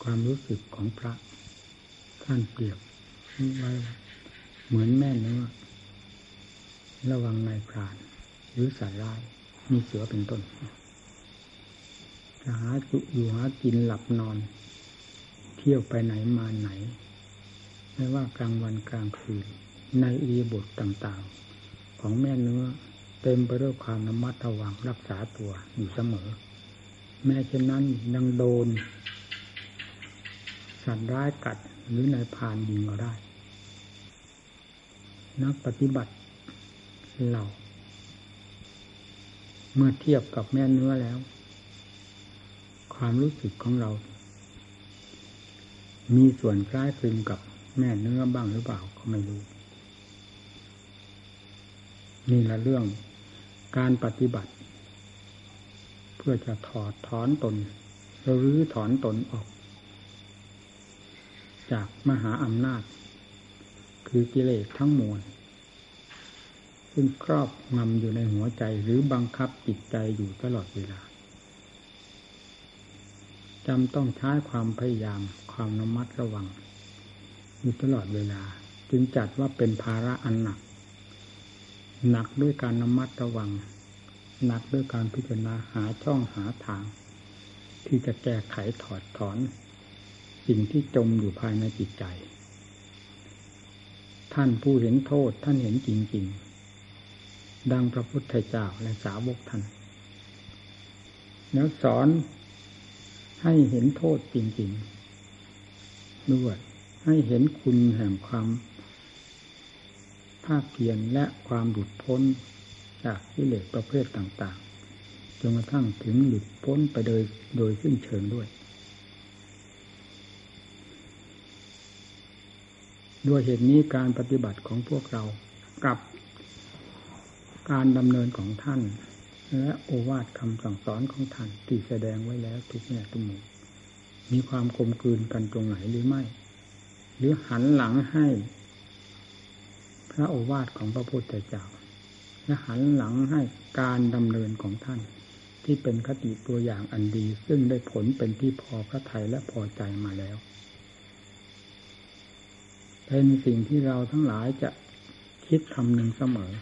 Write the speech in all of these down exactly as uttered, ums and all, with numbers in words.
ความรู้สึกของพระท่านเปรียบไว้เหมือนแม่เนื้อระวังนายพรานหรือสัตว์ร้ายมีเสือเป็นต้นจะหาจุอยู่หากินหลับนอนเที่ยวไปไหนมาไหนไม่ว่ากลางวันกลางคืนในอิริยาบถต่างๆของแม่เนื้อเต็มไปด้วยความระมัดระวังรักษาตัวอยู่เสมอแม้เช่นนั้นยังโดนสัตว์ร้ายกัดหรือนายพรานยิงเอาได้นักปฏิบัติเราเมื่อเทียบกับแม่เนื้อแล้วความรู้สึกของเรามีส่วนคล้ายคลึงกับแม่เนื้อบ้างหรือเปล่าก็ไม่รู้นี่ละเรื่องการปฏิบัติเพื่อจะถอดถอนตนหรือถอนตนออกจากมหาอำนาจคือกิเลสทั้งมวลซึ่งครอบงำอยู่ในหัวใจหรือบังคับจิตใจอยู่ตลอดเวลาจำต้องใช้ความพยายามความระมัดระวังอยู่ตลอดเวลาจึงจัดว่าเป็นภาระอันหนักหนักด้วยการระมัดระวังหนักด้วยการพิจารณาหาช่องหาทางที่จะแก้ไขถอดถอนสิ่งที่จมอยู่ภายในจิตใจท่านผู้เห็นโทษท่านเห็นจริงๆดังพระพุทธเจ้าและสาวกท่านแล้วสอนให้เห็นโทษจริงๆด้วยให้เห็นคุณแห่งความภาคเพียรและความหลุดพ้นจากกิเลสประเภทต่างๆจนกระทั่งถึงหลุดพ้นไปโดยโดยสิ้นเชิงด้วยด้วยเหตุนี้การปฏิบัติของพวกเรากับการดำเนินของท่านและโอวาทคำสั่งสอนของท่านที่แสดงไว้แล้วทุกแง่ทุกมุมมีความกลมกลืนกันตรงไหนหรือไม่หรือหันหลังให้พระโอวาทของพระพุทธเจ้าและหันหลังให้การดำเนินของท่านที่เป็นคติตัวอย่างอันดีซึ่งได้ผลเป็นที่พอพระทัยและพอใจมาแล้วเป็นสิ่งที่เราทั้งหลายจะคิดคำหนึ่งเสมอ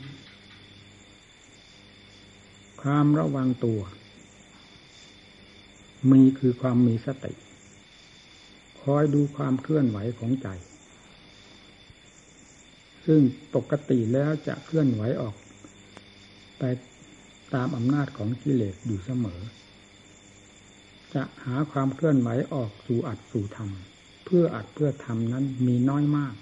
ความระวังตัวมีคือความมีสติคอยดูความเคลื่อนไหวของใจซึ่งปกติแล้วจะเคลื่อนไหวออกไปตามอำนาจของกิเลสอยู่เสมอจะหาความเคลื่อนไหวออกสู่อัตสู่ธรรมเพื่ออัดเพื่อทำนั้นมีน้อยมาก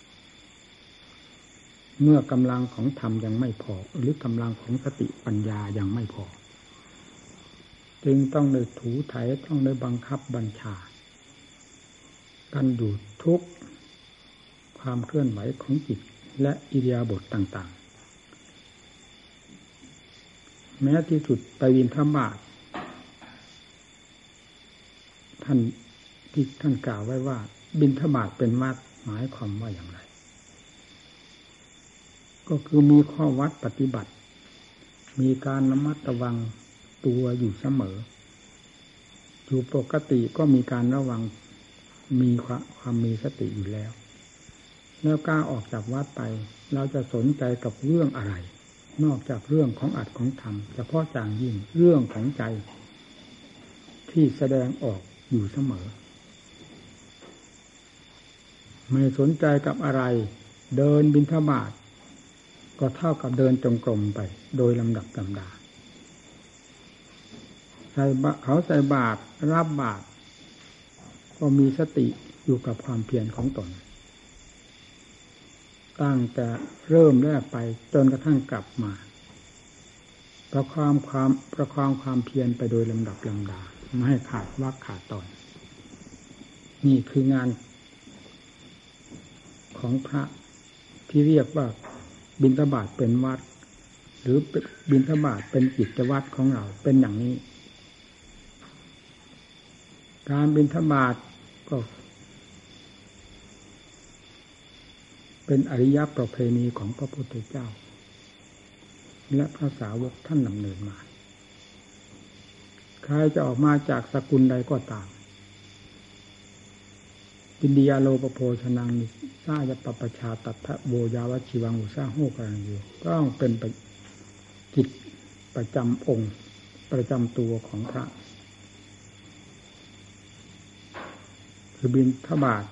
เมื่อกำลังของธรรมยังไม่พอหรือกำลังของสติปัญญายังไม่พอจึงต้องได้ถูไถต้องได้บังคับบัญชากันอยู่ทุกความเคลื่อนไหวของจิตและอิริยาบถต่างๆแม้ที่สุดไปบิณฑบาตท่านที่ท่านกล่าวไว้ว่าบิณฑบาตเป็นวัดหมายความว่าอย่างไรก็คือมีข้อวัดปฏิบัติมีการระมัดระวังตัวอยู่เสมออยู่ปกติก็มีการระวังมีความมีสติอยู่แล้วแล้วก้าวออกจากวัดไปเราจะสนใจกับเรื่องอะไรนอกจากเรื่องของอัตของธรรมเฉพาะอย่างยิ่งเรื่องของใจที่แสดงออกอยู่เสมอไม่สนใจกับอะไรเดินบิณฑบาตก็เท่ากับเดินจงกรมไปโดยลำดับลำดาใส่เขาใส่บาตรรับบาตรก็มีสติอยู่กับความเพียรของตนตั้งแต่เริ่มแรกไปจนกระทั่งกลับมาประคองความประคองความเพียรไปโดยลำดับลำดาไม่ให้ขาดวรรคขาดตอนนี่คืองานของพระที่เรียกว่าบิณฑบาตเป็นวัดหรือบิณฑบาตเป็นกิจวัตรของเราเป็นอย่างนี้การบิณฑบาตก็เป็นอริยประเพณีของพระพุทธเจ้าและพระสาวกท่านดำเนินมาใครจะออกมาจากสกุลใดก็ตามอินเดียโลปโพชนังนิสายปปชาตัทธโวยาวชิวังอุสาโหกังอยู่ต้องเป็นกิจประจำองค์ประจำตัวของพระคือบิณฑบาต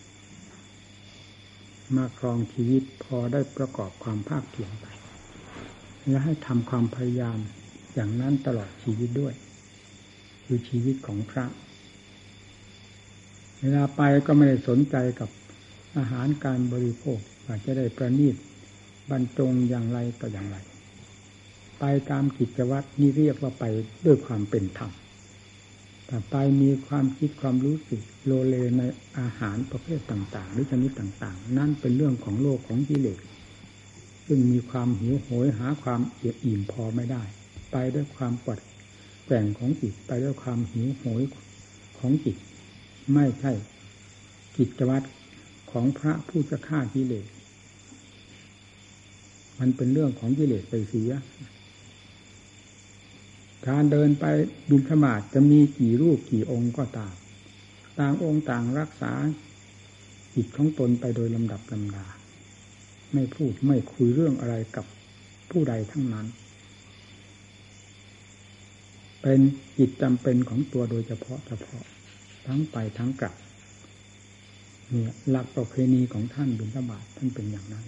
มาครองชีวิตพอได้ประกอบความภาคเพียรไปและให้ทำความพยายามอย่างนั้นตลอดชีวิตด้วยคือชีวิตของพระเวลาไปก็ไม่ได้สนใจกับอาหารการบริโภคว่าจะได้ประณีตบรรจงอย่างไรต่ออย่างไรไปตามกิจวัตรนี่เรียกว่าไปด้วยความเป็นธรรมแต่ไปมีความคิดความรู้สึกโลเลในอาหารประเภทต่างๆหรือชนิดต่างๆนั่นเป็นเรื่องของโลกของกิเลสซึ่งมีความหิวโหยหาความเอี่ยมอิ่มพอไม่ได้ไปด้วยความปวดแกว่งของจิตไปด้วยความหิวโหยของจิตไม่ใช่กิจวัตรของพระผู้จะฆ่ากิเลสมันเป็นเรื่องของกิเลสไปเสียการเดินไปบิณฑบาตจะมีกี่รูปกี่องค์ก็ตามต่างองค์ต่างรักษาจิตของตนไปโดยลำดับลำดาไม่พูดไม่คุยเรื่องอะไรกับผู้ใดทั้งนั้นเป็นจิตจำเป็นของตัวโดยเฉพาะเฉพาะทั้งไปทั้งกลับเนี่ยหลักประเพณีของท่านบิณฑบาตท่านเป็นอย่างนั้น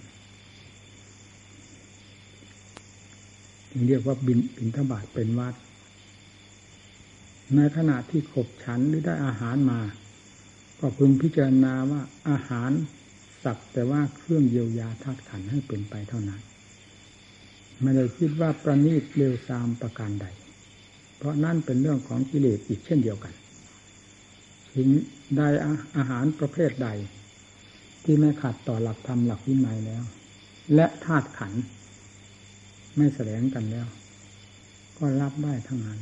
เรียกว่าบิณบิณฑบาตเป็นวัดในขณะที่ขบฉันหรือได้อาหารมาก็พึงพิจารณาว่าอาหารสักแต่ว่าเครื่องเยียวยาธาตุขันธ์ให้เป็นไปเท่านั้นไม่ได้คิดว่าประณีตเลวทรามประการใดเพราะนั่นเป็นเรื่องของกิเลสอีกเช่นเดียวกันถึงได้อาหารประเภทใดที่ไม่ขัดต่อหลักธรรมหลักวินัยแล้วและธาตุขันธ์ไม่แสดงกันแล้วก็รับได้ทั้งนั้น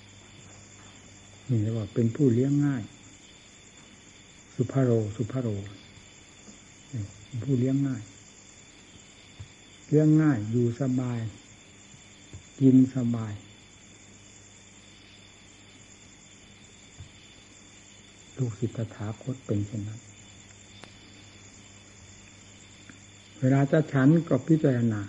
นี่เรียกว่าเป็นผู้เลี้ยงง่ายสุภโรสุภโรผู้เลี้ยงง่ายเลี้ยงง่ายอยู่สบายกินสบายลูกศิษย์ตถาคตเป็นเช่นนั้นเวลาจะฉันก็พิจารณา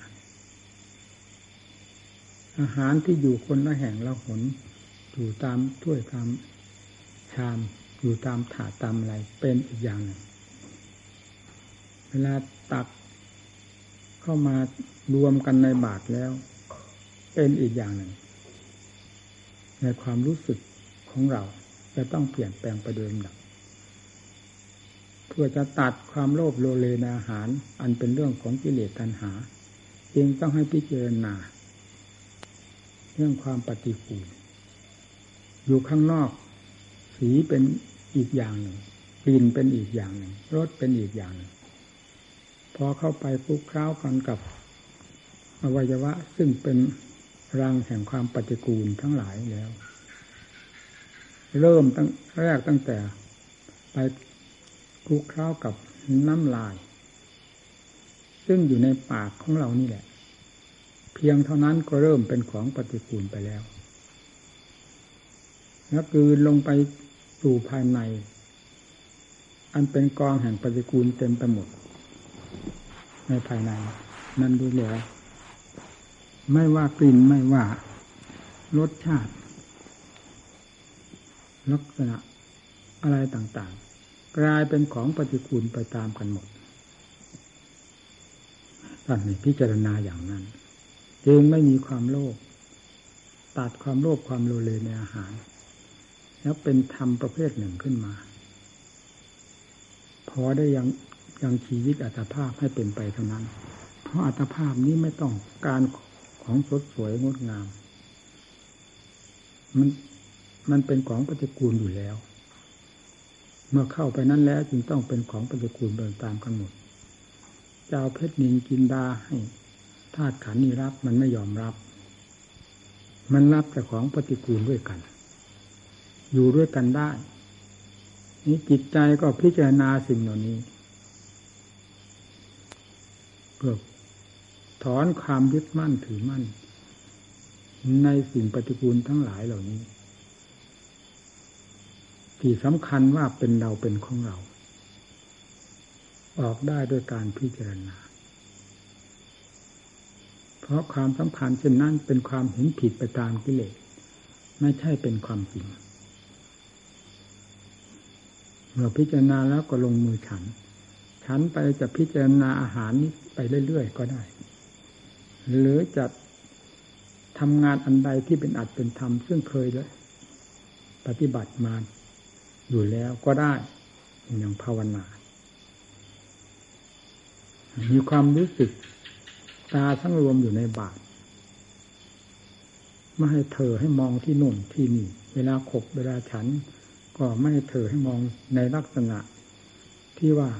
อาหารที่อยู่คนละแห่งละหนอยู่ตามถ้วยตามชามอยู่ตามถาดตามอะไรเป็นอีกอย่างหนึ่งเวลาตักเข้ามารวมกันในบาตรแล้วเป็นอีกอย่างหนึ่งในความรู้สึกของเราจะต้องเปลี่ยนแปลงไปโดยลำดับเพื่อจะตัดความโลภโลเลในอาหารอันเป็นเรื่องของกิเลสตัณหาจึงต้องให้พิจารณาเรื่องความปฏิกูลอยู่ข้างนอกสีเป็นอีกอย่างหนึ่งกลิ่นเป็นอีกอย่างหนึ่งรสเป็นอีกอย่างหนึ่งพอเข้าไปคลุกเคล้ากันกับอวัยวะซึ่งเป็นรังแห่งความปฏิกูลทั้งหลายแล้วเริ่มตั้งแรกตั้งแต่ไปคลุกเคล้ากับน้ำลายซึ่งอยู่ในปากของเรานี่แหละเพียงเท่านั้นก็เริ่มเป็นของปฏิกูลไปแล้วแล้วกลืนลงไปสู่ภายในอันเป็นกองแห่งปฏิกูลเต็มไปหมดในภายในนั่นด้วยแล้วไม่ว่ากลิ่นไม่ว่ารสชาติลักษณะอะไรต่างๆกลายเป็นของปฏิกูลไปตามกันหมดท่านพิจารณาอย่างนั้นจึงไม่มีความโลภตัดความโลภความโลเลในอาหารแล้วเป็นธรรมประเภทหนึ่งขึ้นมาพอได้ยังยังชีวิตอัตภาพให้เป็นไปเท่านั้นเพราะอัตภาพนี้ไม่ต้องการของสดสวยงดงามมันมันเป็นของปฏิกูลอยู่แล้วเมื่อเข้าไปนั้นแล้วจึงต้องเป็นของปฏิกูลเดินตามกันหมดจะเอาเพชรนินกินดาให้ธาตุขันธ์นี้รับมันไม่ยอมรับมันรับแต่ของปฏิกูลด้วยกันอยู่ด้วยกันได้นี่จิตใจก็พิจารณาสิ่งเหล่านี้เพื่อถอนความยึดมั่นถือมั่นในสิ่งปฏิกูลทั้งหลายเหล่านี้ที่สำคัญว่าเป็นเราเป็นของเราออกได้ด้วยการพิจารณาเพราะความสำคัญเช่นนั้นเป็นความเห็นผิดไปตามกิเลสไม่ใช่เป็นความจริงเมื่อพิจารณาแล้วก็ลงมือฉันฉันไปจะพิจารณาอาหารนี้ไปเรื่อยๆก็ได้หรือจะทำงานอันใดที่เป็นอัตเป็นธรรมซึ่งเคยแล้วปฏิบัติมาอยู่แล้วก็ได้อย่างภาวนามีความรู้สึกตาทั้งรวมอยู่ในบาตรไม่ให้เธอให้มองที่โน่นที่นี่เวลาขบเวลาฉันก็ไม่ให้เธอให้มองในลักษณะที่ว่า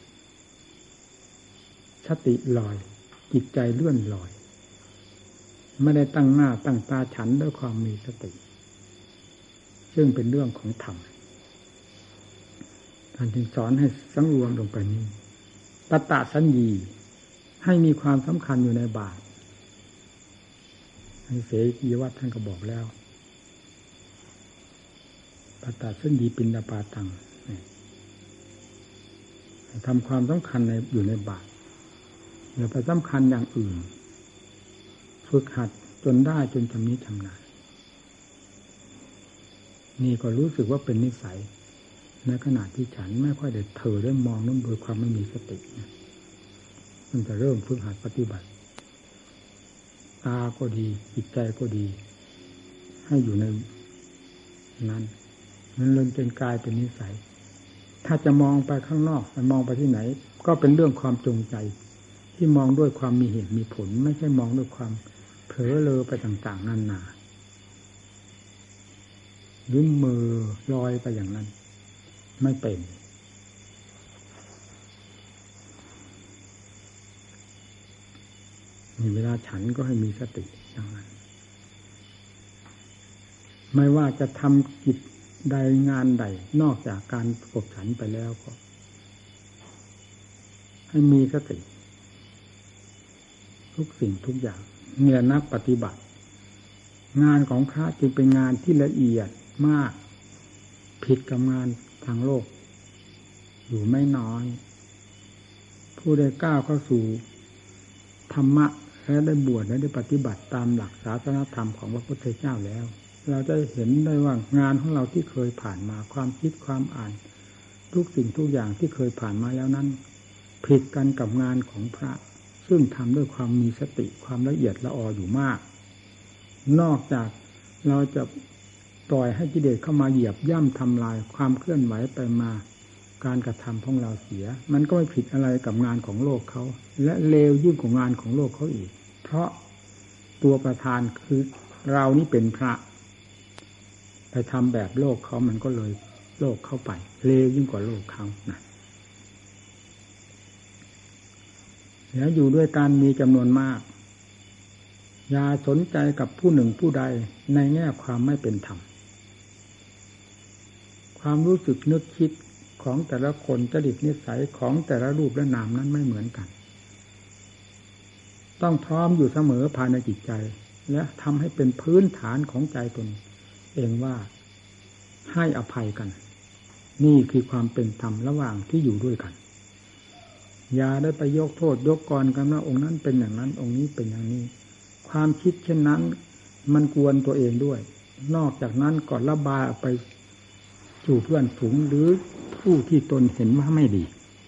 สติลอยจิตใจเลื่อนลอยไม่ได้ตั้งหน้าตั้งตาฉันด้วยความมีสติซึ่งเป็นเรื่องของธรรมท่านจึงสอนให้สังรวมลงไปนี้ตัตตะสัญญีให้มีความสำคัญอยู่ในบาตรให้เสกีวัตรท่านก็บอกแล้วตัตตะสัญญีปิณฑปาตังทำความสำคัญในอยู่ในบาตรอย่าไปสำคัญอย่างอื่นฝึกหัดจนได้จนชำนิชำนาญนี่ก็รู้สึกว่าเป็นนิสัยในขณะที่ฉันไม่ค่อยได้เถอได้มองนั่นโดยความไม่มีสติมันจะเริ่มฝึกหัดปฏิบัติตาก็ดีจิตใจก็ดีให้อยู่ในนั้นมันเริ่มเป็นกายเป็นนิสัยถ้าจะมองไปข้างนอกมองไปที่ไหนก็เป็นเรื่องความจงใจที่มองด้วยความมีเหตุมีผลไม่ใช่มองด้วยความเผลอเลอไปต่างๆนานายืมมือลอยไปอย่างนั้นไม่เป็นมีเวลาฉันก็ให้มีสติอย่างนั้นไม่ว่าจะทำกิจใดงานใดนอกจากการกบฉันไปแล้วก็ให้มีสติทุกสิ่งทุกอย่างเนี่ยนักปฏิบัติงานของพระจึงเป็นงานที่ละเอียดมากผิดกับงานทางโลกอยู่ไม่น้อยผู้ได้ก้าวเข้าสู่ธรรมะและได้บวชและได้ปฏิบัติตามหลักศาสนธรรมของพระพุทธเจ้าแล้วเราจะเห็นได้ว่างานของเราที่เคยผ่านมาความคิดความอ่านทุกสิ่งทุกอย่างที่เคยผ่านมาแล้วนั้นผิดกันกับงานของพระซึ่งทำด้วยความมีสติความละเอียดละอออยู่มากนอกจากเราจะปล่อยให้กิเลสเข้ามาเหยียบย่ำทำลายความเคลื่อนไหวไปมาการกระทำของเราเสียมันก็ไม่ผิดอะไรกับงานของโลกเขาและเลวยิ่งกว่างานของโลกเขาอีกเพราะตัวประธานคือเรานี่เป็นพระไปทำแบบโลกเขามันก็เลยโลกเข้าไปเลวยิ่งกว่าโลกเขานะแล้วอยู่ด้วยการมีจำนวนมากอย่าสนใจกับผู้หนึ่งผู้ใดในแง่ความไม่เป็นธรรมความรู้สึกนึกคิดของแต่ละคนจริตนิสัยของแต่ละรูปและนามนั้นไม่เหมือนกันต้องพร้อมอยู่เสมอภายในจิตใจและทำให้เป็นพื้นฐานของใจตนเองว่าให้อภัยกันนี่คือความเป็นธรรมระหว่างที่อยู่ด้วยกันอย่าได้ไปยกโทษยกกรกันว่าองค์นั้นเป็นอย่างนั้นองค์นี้เป็นอย่างนี้ความคิดเช่นนั้นมันกวนตัวเองด้วยนอกจากนั้นก็ระบายออกไปสู่เพื่อนฝูงหรือผู้ที่ตนเห็นว่าไม่ดี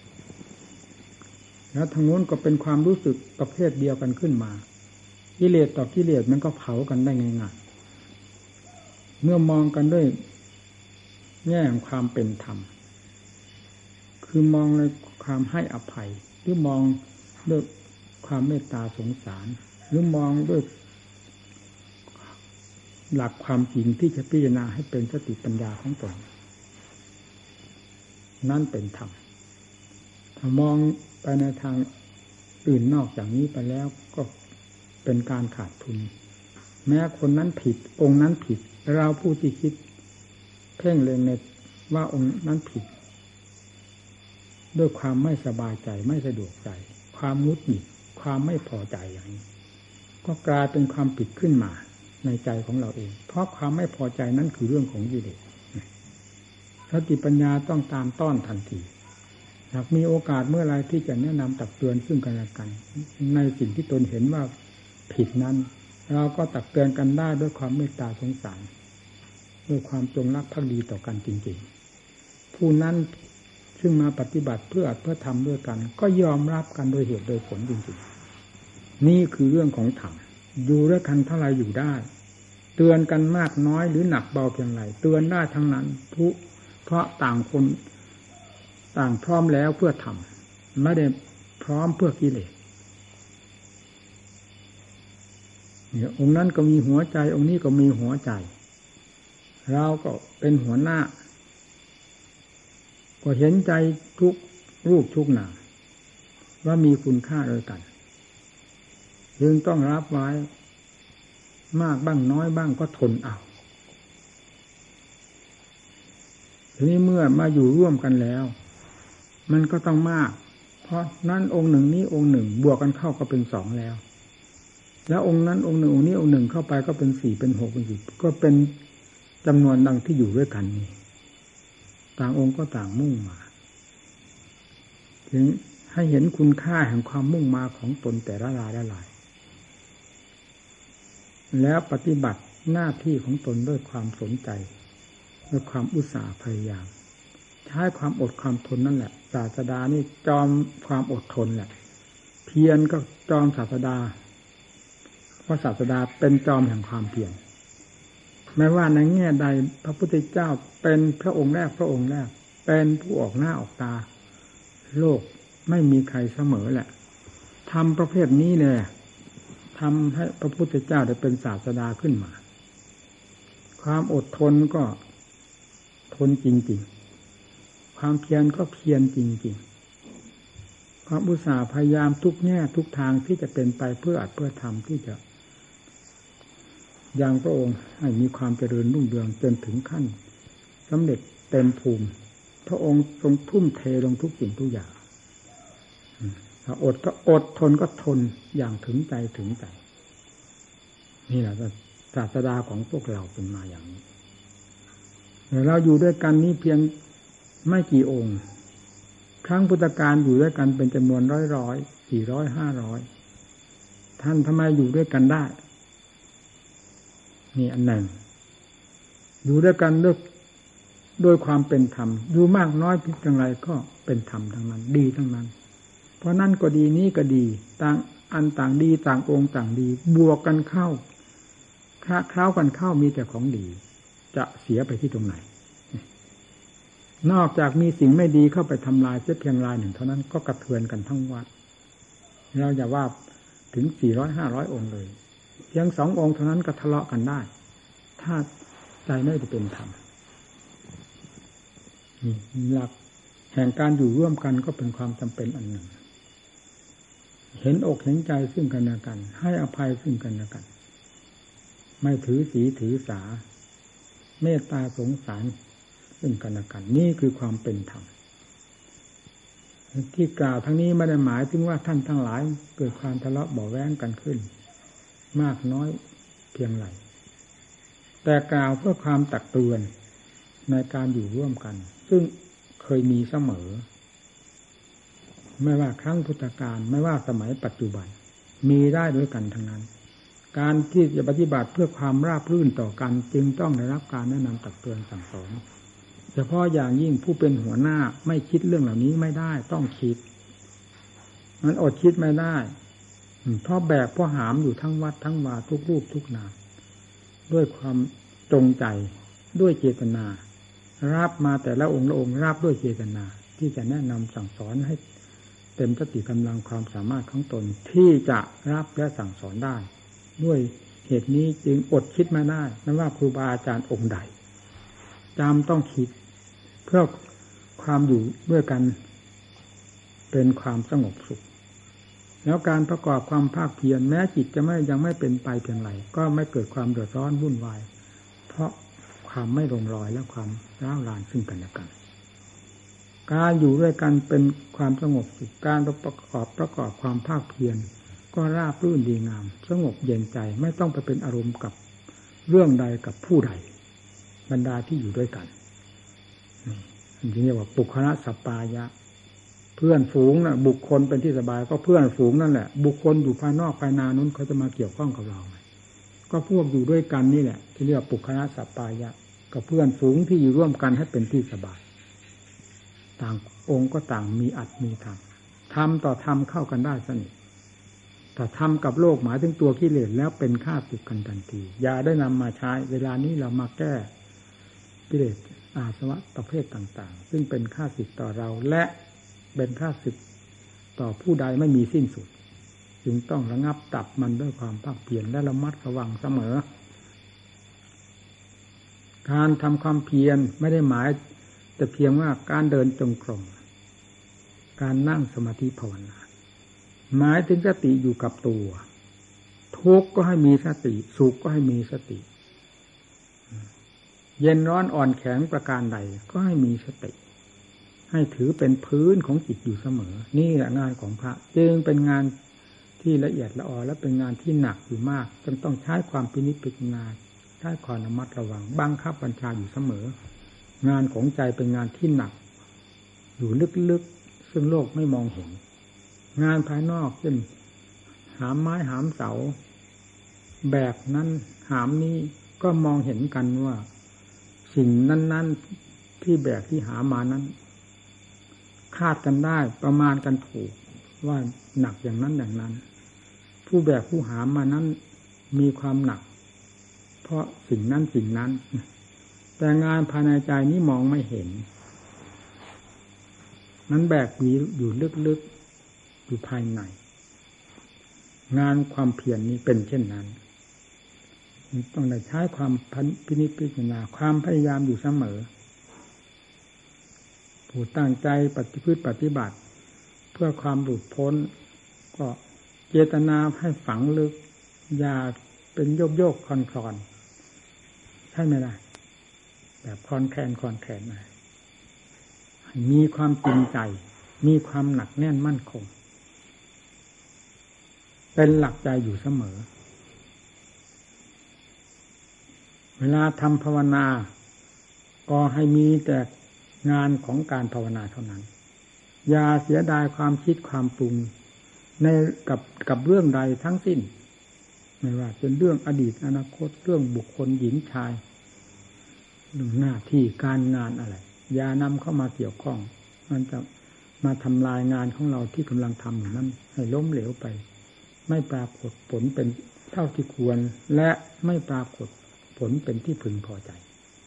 แล้วทางโน้นก็เป็นความรู้สึกประเภทเดียวกันขึ้นมากิเลสต่อกิเลสมันก็เผากันได้ง่ายๆเมื่อมองกันด้วยแง่ของความเป็นธรรมคือมองในความให้อภัยหรือมองด้วยความเมตตาสงสารหรือมองด้วยหลักความจริงที่จะพิจารณาให้เป็นสติปัญญาของตนนั่นเป็นธรรมถ้ามองไปในทางอื่นนอกจากนี้ไปแล้วก็เป็นการขาดทุนแม้คนนั้นผิดองค์นั้นผิดเราผู้ที่คิดเพ่งเล็งในว่าองค์นั้นผิดด้วยความไม่สบายใจไม่สะดวกใจความงุดหงิดความไม่พอใจอย่างนี้ก็กลายเป็นความผิดขึ้นมาในใจของเราเองเพราะความไม่พอใจนั้นคือเรื่องของกิเลสสติปัญญาต้องตามต้อนทันทีหากมีโอกาสเมื่อไรที่จะแนะนำตักเตือนซึ่งกันและกันในสิ่งที่ตนเห็นว่าผิดนั้นเราก็ตักเตือนกันได้ด้วยความเมตตาสงสารด้วยความจงรักภักดีต่อกันจริงๆผู้นั้นซึ่งมาปฏิบัติเพื่อเพื่อทำด้วยกันก็ยอมรับกันโดยเหตุโดยผลจริงๆนี่คือเรื่องของธรรมอยู่ด้วยกันเท่าไรอยู่ได้เตือนกันมากน้อยหรือหนักเบาเพียงไรเตือนได้ทั้งนั้นทุกเพราะต่างคนต่างพร้อมแล้วเพื่อทำไม่ได้พร้อมเพื่อกิเลสเนี่ยองค์นั้นก็มีหัวใจองค์นี้ก็มีหัวใจเราก็เป็นหัวหน้าก็เห็นใจทุกรูปทุกนามว่ามีคุณค่าด้วยกันจึงต้องรับไว้มากบ้างน้อยบ้างก็ทนเอาทีนี้เมื่อมาอยู่ร่วมกันแล้วมันก็ต้องมากเพราะนั้นองค์หนึ่งนี้องค์หนึ่งบวกกันเข้าก็เป็นสองแล้วแล้วองค์นั้นองค์หนึ่งองค์นี้องค์หนึ่งเข้าไปก็เป็นสี่เป็นหกเป็นสิบก็เป็นจำนวนดังที่อยู่ด้วยกันนี้ต่างองค์ก็ต่างมุ่งมาถึงให้เห็นคุณค่าแห่งความมุ่งมาของตนแต่ละรายละรายแล้วปฏิบัติหน้าที่ของตนด้วยความสนใจด้วยความอุตสาห์พยายามใช้ความอดความทนนั่นแหละศาสดานี่จอมความอดทนแหละเพียรก็จอมศาสดาเพราะศาสดาเป็นจอมแห่งความเพียรไม่ว่าในแง่ใดพระพุทธเจ้าเป็นพระองค์แรกพระองค์แรกเป็นผู้ออกหน้าออกตาโลกไม่มีใครเสมอแหละทำประเภทนี้เลยทำให้พระพุทธเจ้าได้เป็นศาสดาขึ้นมาความอดทนก็ทนจริงๆความเพียรก็เพียรจริงๆความอุตสาห์พยายามทุกแง่ทุกทางที่จะเป็นไปเพื่ออัดเพื่อทำที่จะยังพระองค์ให้มีความเจริญรุ่งเรืองจนถึงขั้นสำเร็จเต็มภูมิพระองค์ทรงทุ่มเทลงทุกสิ่งทุกอย่างถ้าอดก็อดทนก็ทนอย่างถึงใจถึงใจนี่แหละศาสดาของพวกเราเป็นมาอย่างนี้เราอยู่ด้วยกันนี้เพียงไม่กี่องค์ครั้งพุทธกาลอยู่ด้วยกันเป็นจำนวนร้อยร้อยสี่ร้อยห้าร้อยท่านทำไมอยู่ด้วยกันได้นี่อันหนึ่งอยู่ด้วยกันด้วยด้วยความเป็นธรรมอยู่มากน้อยเพียงไรก็เป็นธรรมทั้งนั้นดีทั้งนั้นเพราะนั่นก็ดีนี้ก็ดีต่างอันต่างดีต่างองค์ต่างดีบวกกันเข้าคล้าคล้ากันเข้ามีแต่ของดีจะเสียไปที่ตรงไหนนอกจากมีสิ่งไม่ดีเข้าไปทำลายเสียเพียงรายหนึ่งเท่านั้นก็กระเทือนกันทั้งวัดเราอย่าว่าถึงสี่ร้อยห้าร้อยองค์เลยเพียงสององค์เท่านั้นก็ทะเลาะกันได้ถ้าใจไม่ได้เป็นธรรมนี่หลักแห่งการอยู่ร่วมกันก็เป็นความจำเป็นอันหนึ่งเห็นอกเห็นใจซึ่งกันและกันให้อภัยซึ่งกันและกันไม่ถือสีถือสาเมตตาสงสารซึ่งกันและกันนี่คือความเป็นธรรมที่กล่าวทั้งนี้ไม่ได้หมายถึงว่าท่านทั้งหลายเกิดความทะเลาะเบาะแว้งกันขึ้นมากน้อยเพียงไรแต่กล่าวเพื่อความตักเตือนในการอยู่ร่วมกันซึ่งเคยมีเสมอไม่ว่าครั้งพุทธกาลไม่ว่าสมัยปัจจุบันมีได้ด้วยกันทั้งนั้นการที่จะปฏิบัติเพื่อความราบรื่นต่อกันจึงต้องได้รับการแนะนำตักเตือนสั่งสอนเฉพาะอย่างยิ่งผู้เป็นหัวหน้าไม่คิดเรื่องเหล่านี้ไม่ได้ต้องคิดมันอดคิดไม่ได้เพราะแบกเพราะหามอยู่ทั้งวัดทั้งวาทุกรูปทุกนามด้วยความจงใจด้วยเจตนารับมาแต่ละองค์ละองค์รับด้วยเจตนาที่จะแนะนำสั่งสอนให้เต็มสติกำลังความสามารถของตนที่จะรับและสั่งสอนได้ด้วยเหตุนี้จึงอดคิดไม่ได้ไม่ว่าครูบาอาจารย์องค์ใดจำต้องคิดเพื่อความอยู่ด้วยกันเป็นความสงบสุขแล้วการประกอบความภาคเพียรแม้จิตจะไม่ยังไม่เป็นไปเพียงไรก็ไม่เกิดความเดือดร้อนวุ่นวายเพราะความไม่ลงรอยและความร้าวรานซึ่งกันและกันการอยู่ด้วยกันเป็นความสงบสุขการประกอบประกอบความภาคเพียรก็ราบรื่นดีงามสงบเย็นใจไม่ต้องไปเป็นอารมณ์กับเรื่องใดกับผู้ใดบรรดาที่อยู่ด้วยกันนี่เรียกว่าปุคละสัปปายะเพื่อนฝูงน่ะบุคคลเป็นที่สบายก็เพื่อนฝูงนั่นแหละบุคคลอยู่ภายนอกภายในนั้นเขาจะมาเกี่ยวข้องกับเราไหมก็พวกอยู่ด้วยกันนี่แหละที่เรียกปุคละสัปปายะกับเพื่อนฝูงที่อยู่ร่วมกันให้เป็นที่สบายต่างองค์ก็ต่างมีอัตมีธรรมธรรมต่อธรรมเข้ากันได้สนิทแต่ธรรมกับโลกหมายถึงตัวกิเลสแล้วเป็นข้าศึกกันทันทีอย่าได้นำมาใช้เวลานี้เรามาแก้กิเลสอาสวะประเภทต่างๆซึ่งเป็นข้าศึกต่อเราและเป็นข้าศึกต่อผู้ใดไม่มีสิ้นสุดจึงต้องระงับดับมันด้วยความภาคเพียรและระมัดระวังเสมอการทำความเพียรไม่ได้หมายแต่เพียงว่าการเดินจงกรมการนั่งสมาธิภาวนาหมายถึงสติอยู่กับตัวทุกข์ก็ให้มีสติสุขก็ให้มีสติเย็นร้อนอ่อนแข็งประการใดก็ให้มีสติให้ถือเป็นพื้นของจิตอยู่เสมอนี่แหละงานของพระจึงเป็นงานที่ละเอียดละออและเป็นงานที่หนักอยู่มากจนต้องใช้ความพินิจพิจารณาใช้ความระมัดระวังบังคับบัญชาอยู่เสมองานของใจเป็นงานที่หนักอยู่ลึกๆซึ่งโลกไม่มองเห็นงานภายนอกเช่นหามไม้หามเสาแบบนั้นหามนี้ก็มองเห็นกันว่าสิ่งนั้นๆที่แบกที่หามานั้นคาดกันได้ประมาณกันถูกว่าหนักอย่างนั้นอย่างนั้นผู้แบกผู้หามานั้นมีความหนักเพราะสิ่งนั้นสิ่งนั้นแต่งานภายในใจนี้มองไม่เห็นนั้นแบกอยู่ลึกๆอยู่ภายในงานความเพียรนี้เป็นเช่นนั้นต้องได้ใช้ความพินิจพิจารณาความพยายามอยู่เสมอผู้ตั้งใจปฏิพฤติปฏิบัติเพื่อความหลุดพ้นก็เจตนาให้ฝังลึกอย่าเป็นโยกโยกคลอนคลอนใช่ไหมล่ะแบบคลอนแคลนคลอนแคลนนะมีความจริงใจมีความหนักแน่นมั่นคงเป็นหลักใจอยู่เสมอเวลาทำภาวนาก็ให้มีแต่งานของการภาวนาเท่านั้นอย่าเสียดายความคิดความปรุงในกับกับเรื่องใดทั้งสิ้นไม่ว่าเป็นเรื่องอดีตอนาคตเรื่องบุคคลหญิงชายเรื่องหน้าที่การงานอะไรอย่านำเข้ามาเกี่ยวข้องมันจะมาทำลายงานของเราที่กำลังทำอยู่นั้นให้ล้มเหลวไปไม่ปรากฏผลเป็นเท่าที่ควรและไม่ปรากฏผลเป็นที่พึงพอใจ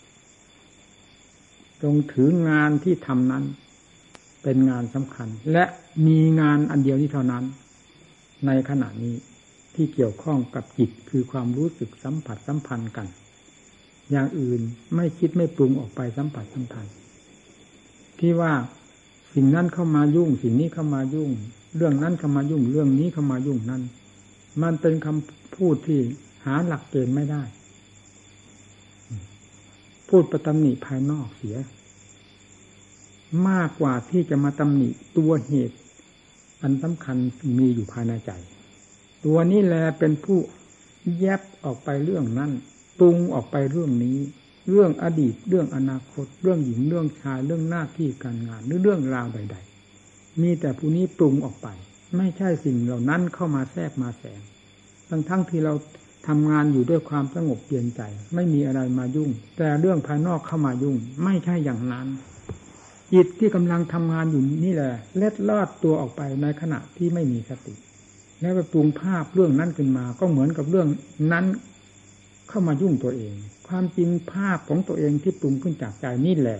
จงถืองานที่ทำนั้นเป็นงานสำคัญและมีงานอันเดียวนี้เท่านั้นในขณะนี้ที่เกี่ยวข้องกับจิตคือความรู้สึกสัมผัสสัมพันธ์กันอย่างอื่นไม่คิดไม่ปรุงออกไปสัมผัสสัมพันธ์ที่ว่าสิ่งนั้นเข้ามายุ่งสิ่งนี้เข้ามายุ่งเรื่องนั้นเข้ามายุ่งเรื่องนี้เข้ามายุ่งนั้นมันเป็นคำพูดที่หาหลักเกณฑ์ไม่ได้พูดประตำหนิภายนอกเสียมากกว่าที่จะมาตำหนิตัวเหตุอันสำคัญมีอยู่ภายในใจตัวนี้แลเป็นผู้แยบออกไปเรื่องนั้นปรุงออกไปเรื่องนี้เรื่องอดีตเรื่องอนาคตเรื่องหญิงเรื่องชายเรื่องหน้าที่การงานหรือเรื่องราวใดๆมีแต่ผู้นี้ปรุงออกไปไม่ใช่สิ่งเหล่านั้นเข้ามาแทรกมาแฝงทั้งทั้งที่เราทำงานอยู่ด้วยความสงบเย็นใจไม่มีอะไรมายุ่งแต่เรื่องภายนอกเข้ามายุ่งไม่ใช่อย่างนั้นจิตที่กำลังทำงานอยู่นี่แหละเล็ดลอดตัวออกไปในขณะที่ไม่มีสติแล้วไปปรุงภาพเรื่องนั้นขึ้นมาก็เหมือนกับเรื่องนั้นเข้ามายุ่งตัวเองความจริงภาพของตัวเองที่ปรุงขึ้นจากใจนี่แหละ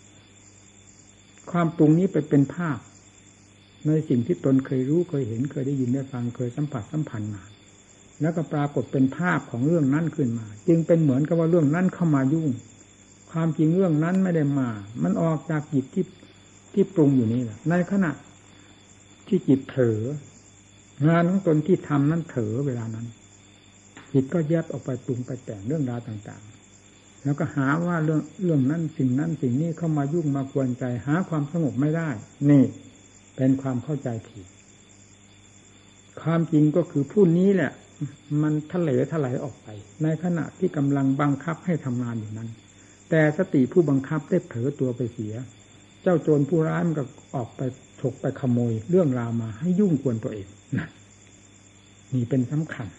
ความปรุงนี้ไปเป็นภาพในสิ่งที่ตนเคยรู้เคยเห็นเคยได้ยินได้ฟังเคยสัมผัสสัมพันธ์มาแล้วก็ปรากฏเป็นภาพของเรื่องนั้นขึ้นมาจึงเป็นเหมือนกับว่าเรื่องนั้นเข้ามายุ่งความจริงเรื่องนั้นไม่ได้มามันออกจากจิตที่ที่ปรุงอยู่นี่แหละในขณะที่จิตเผลองานของตนที่ทำนั้นเผลอเวลานั้นจิตก็แยบออกไปปรุงไปแต่งเรื่องราวต่างๆแล้วก็หาว่าเรื่องเรื่องนั้นสิ่งนั้นสิ่งนี้เข้ามายุ่งมากวนใจหาความสงบไม่ได้นี่เป็นความเข้าใจผิดความจริงก็คือผู้นี้แหละมันทะเลทลายออกไปในขณะที่กำลังบังคับให้ทำงานอยู่นั้นแต่สติผู้บังคับได้เผลอตัวไปเสียเจ้าโจรผู้ร้ายมันก็ออกไปฉกไปขโมยเรื่องราวมาให้ยุ่งกวนตัวเองนะนี่เป็นสำคัญ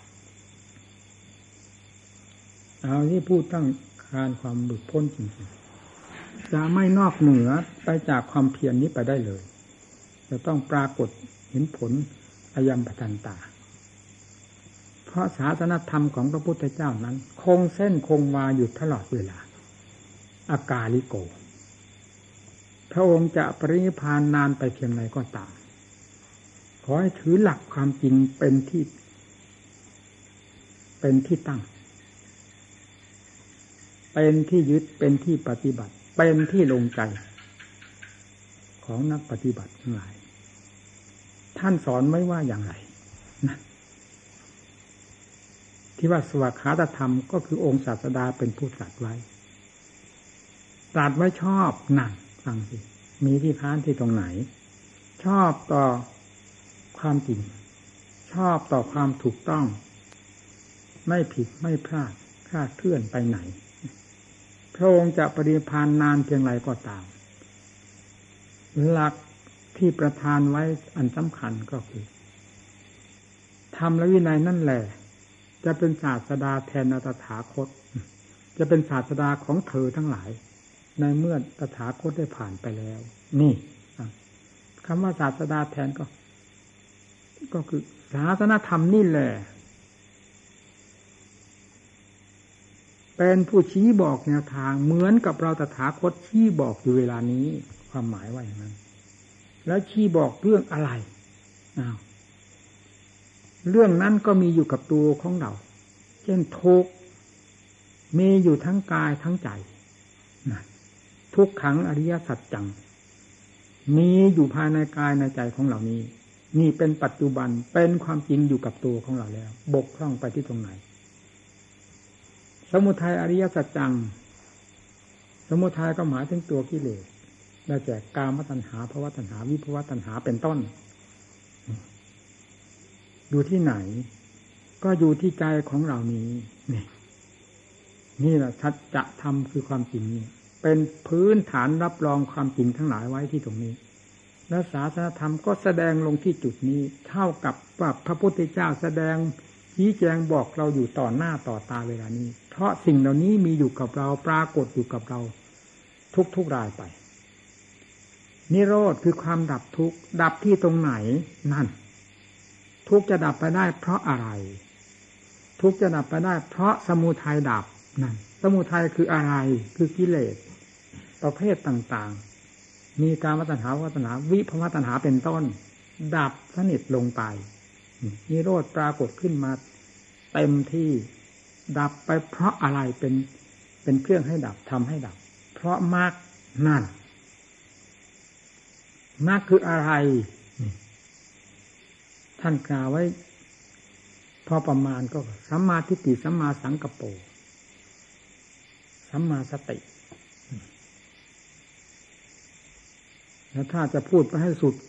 เอาที่พูดตั้งการความหลุดพ้นจริงๆจะไม่นอกเหนือไปจากความเพียร น, นี้ไปได้เลยจะต้องปรากฏเห็นผลอายัมปทันตาเพราะศาสนธรรมของพระพุทธเจ้านั้นคงเส้นคงวาอยู่ตลอดเวลาอากาลิโกพระองค์จะปรินิพพานนานไปเพียงไรก็ตามขอให้ถือหลักความจริงเป็นที่เป็นที่ตั้งเป็นที่ยึดเป็นที่ปฏิบัติเป็นที่ลงใจของนักปฏิบัติทั้งหลายท่านสอนไว้ว่าอย่างไรนะที่ว่าสวากขาตธรรมก็คือองค์ศาสดาเป็นผู้ตรัสไว้ตรัสไว้ชอบนั่นฟังสิมีที่ค้านที่ตรงไหนชอบต่อความจริงชอบต่อความถูกต้องไม่ผิดไม่พลาดคลาดเคลื่อนไปไหนพระองค์จะปรินิพพานนานเพียงไรก็ตามหลักที่ประทานไว้อันสำคัญก็คือธรรมและวินัยนั่นแหละจะเป็นศาสดาแทนตถาคตจะเป็นศาสดาของเธอทั้งหลายในเมื่อตถาคตได้ผ่านไปแล้วนี่คำว่าศาสดาแทนก็ก็คือศาสนธรรมนี่แหละเป็นผู้ชี้บอกแนวทางเหมือนกับเราตถาคตชี้บอกอยู่เวลานี้ความหมายว่าอย่างนั้นแล้วชี้บอกเรื่องอะไรอ้าวเรื่องนั้นก็มีอยู่กับตัวของเราเช่นทุกข์มีอยู่ทั้งกายทั้งใจนะทุกขังอริยสัจจังมีอยู่ภายในกายในใจของเรานี้นี่เป็นปัจจุบันเป็นความจริงอยู่กับตัวของเราแล้วบกพร่องไปที่ตรงไหนสมุทัยอริยสัจจังสมุทัยก็หมายถึงตัวกิเลสได้แก่กามตัณหาภวตัณหาวิภวตัณหาเป็นต้นอยู่ที่ไหนก็อยู่ที่ใจของเรานี้นี่นี่แหละสัจธรรมคือความจริงนี่เป็นพื้นฐานรับรองความจริงทั้งหลายไว้ที่ตรงนี้และศาสนธรรมก็แสดงลงที่จุดนี้เท่ากับว่าพระพุทธเจ้าแสดงชี้แจงบอกเราอยู่ต่อหน้าต่อตาเวลานี้เพราะสิ่งเหล่านี้มีอยู่กับเราปรากฏอยู่กับเราทุกๆรายไปนิโรธคือความดับทุกข์ดับที่ตรงไหนนั่นทุกข์จะดับไปได้เพราะอะไรทุกข์จะดับไปได้เพราะสมุทัยดับนั่นสมุทัยคืออะไรคือกิเลสประเภทต่างๆมีกามตัณหาภวตัณหาวิภวตัณหาเป็นต้นดับสนิทลงไปนิโรธปรากฏขึ้นมาเต็มที่ดับไปเพราะอะไรเป็นเป็นเครื่องให้ดับทำให้ดับเพราะมรรคนั่นมรรคคืออะไรท่านกล่าวไว้พอประมาณก็สัมมาทิฏฐิสัมมาสังกัปโปสัมมาสติแล้วถ้าจะพูดไปให้สุด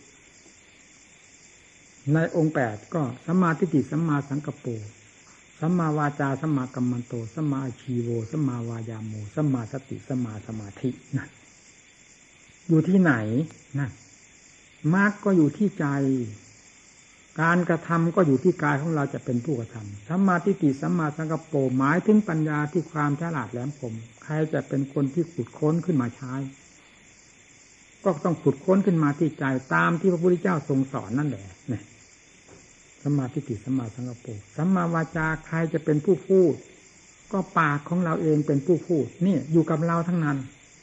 ในองค์แปดก็สัมมาทิฏฐิสัมมาสังกัปโปสัมมาวาจาสัมมากัมมันโตสัมมาอาชีโวสัมมาวายาโมสัมมาสติสัมมาสมาธินั่นอยู่ที่ไหนนั่นมรรคก็อยู่ที่ใจการกระทำก็อยู่ที่กายของเราจะเป็นผู้กระทำสัมมาทิฏฐิสัมมาสังกัปโปหมายถึงปัญญาที่ความฉลาดแหลมคมใครจะเป็นคนที่ขุดค้นขึ้นมาใช้ก็ต้องขุดค้นขึ้นมาที่ใจตามที่พระพุทธเจ้าทรงสอนนั่นแหละเนี่ยสัมมาทิฏฐิสัมมาสังกัปโปสัมมาวาจาใครจะเป็นผู้พูดก็ปากของเราเองเป็นผู้พูดนี่อยู่กับเราทั้งนั้น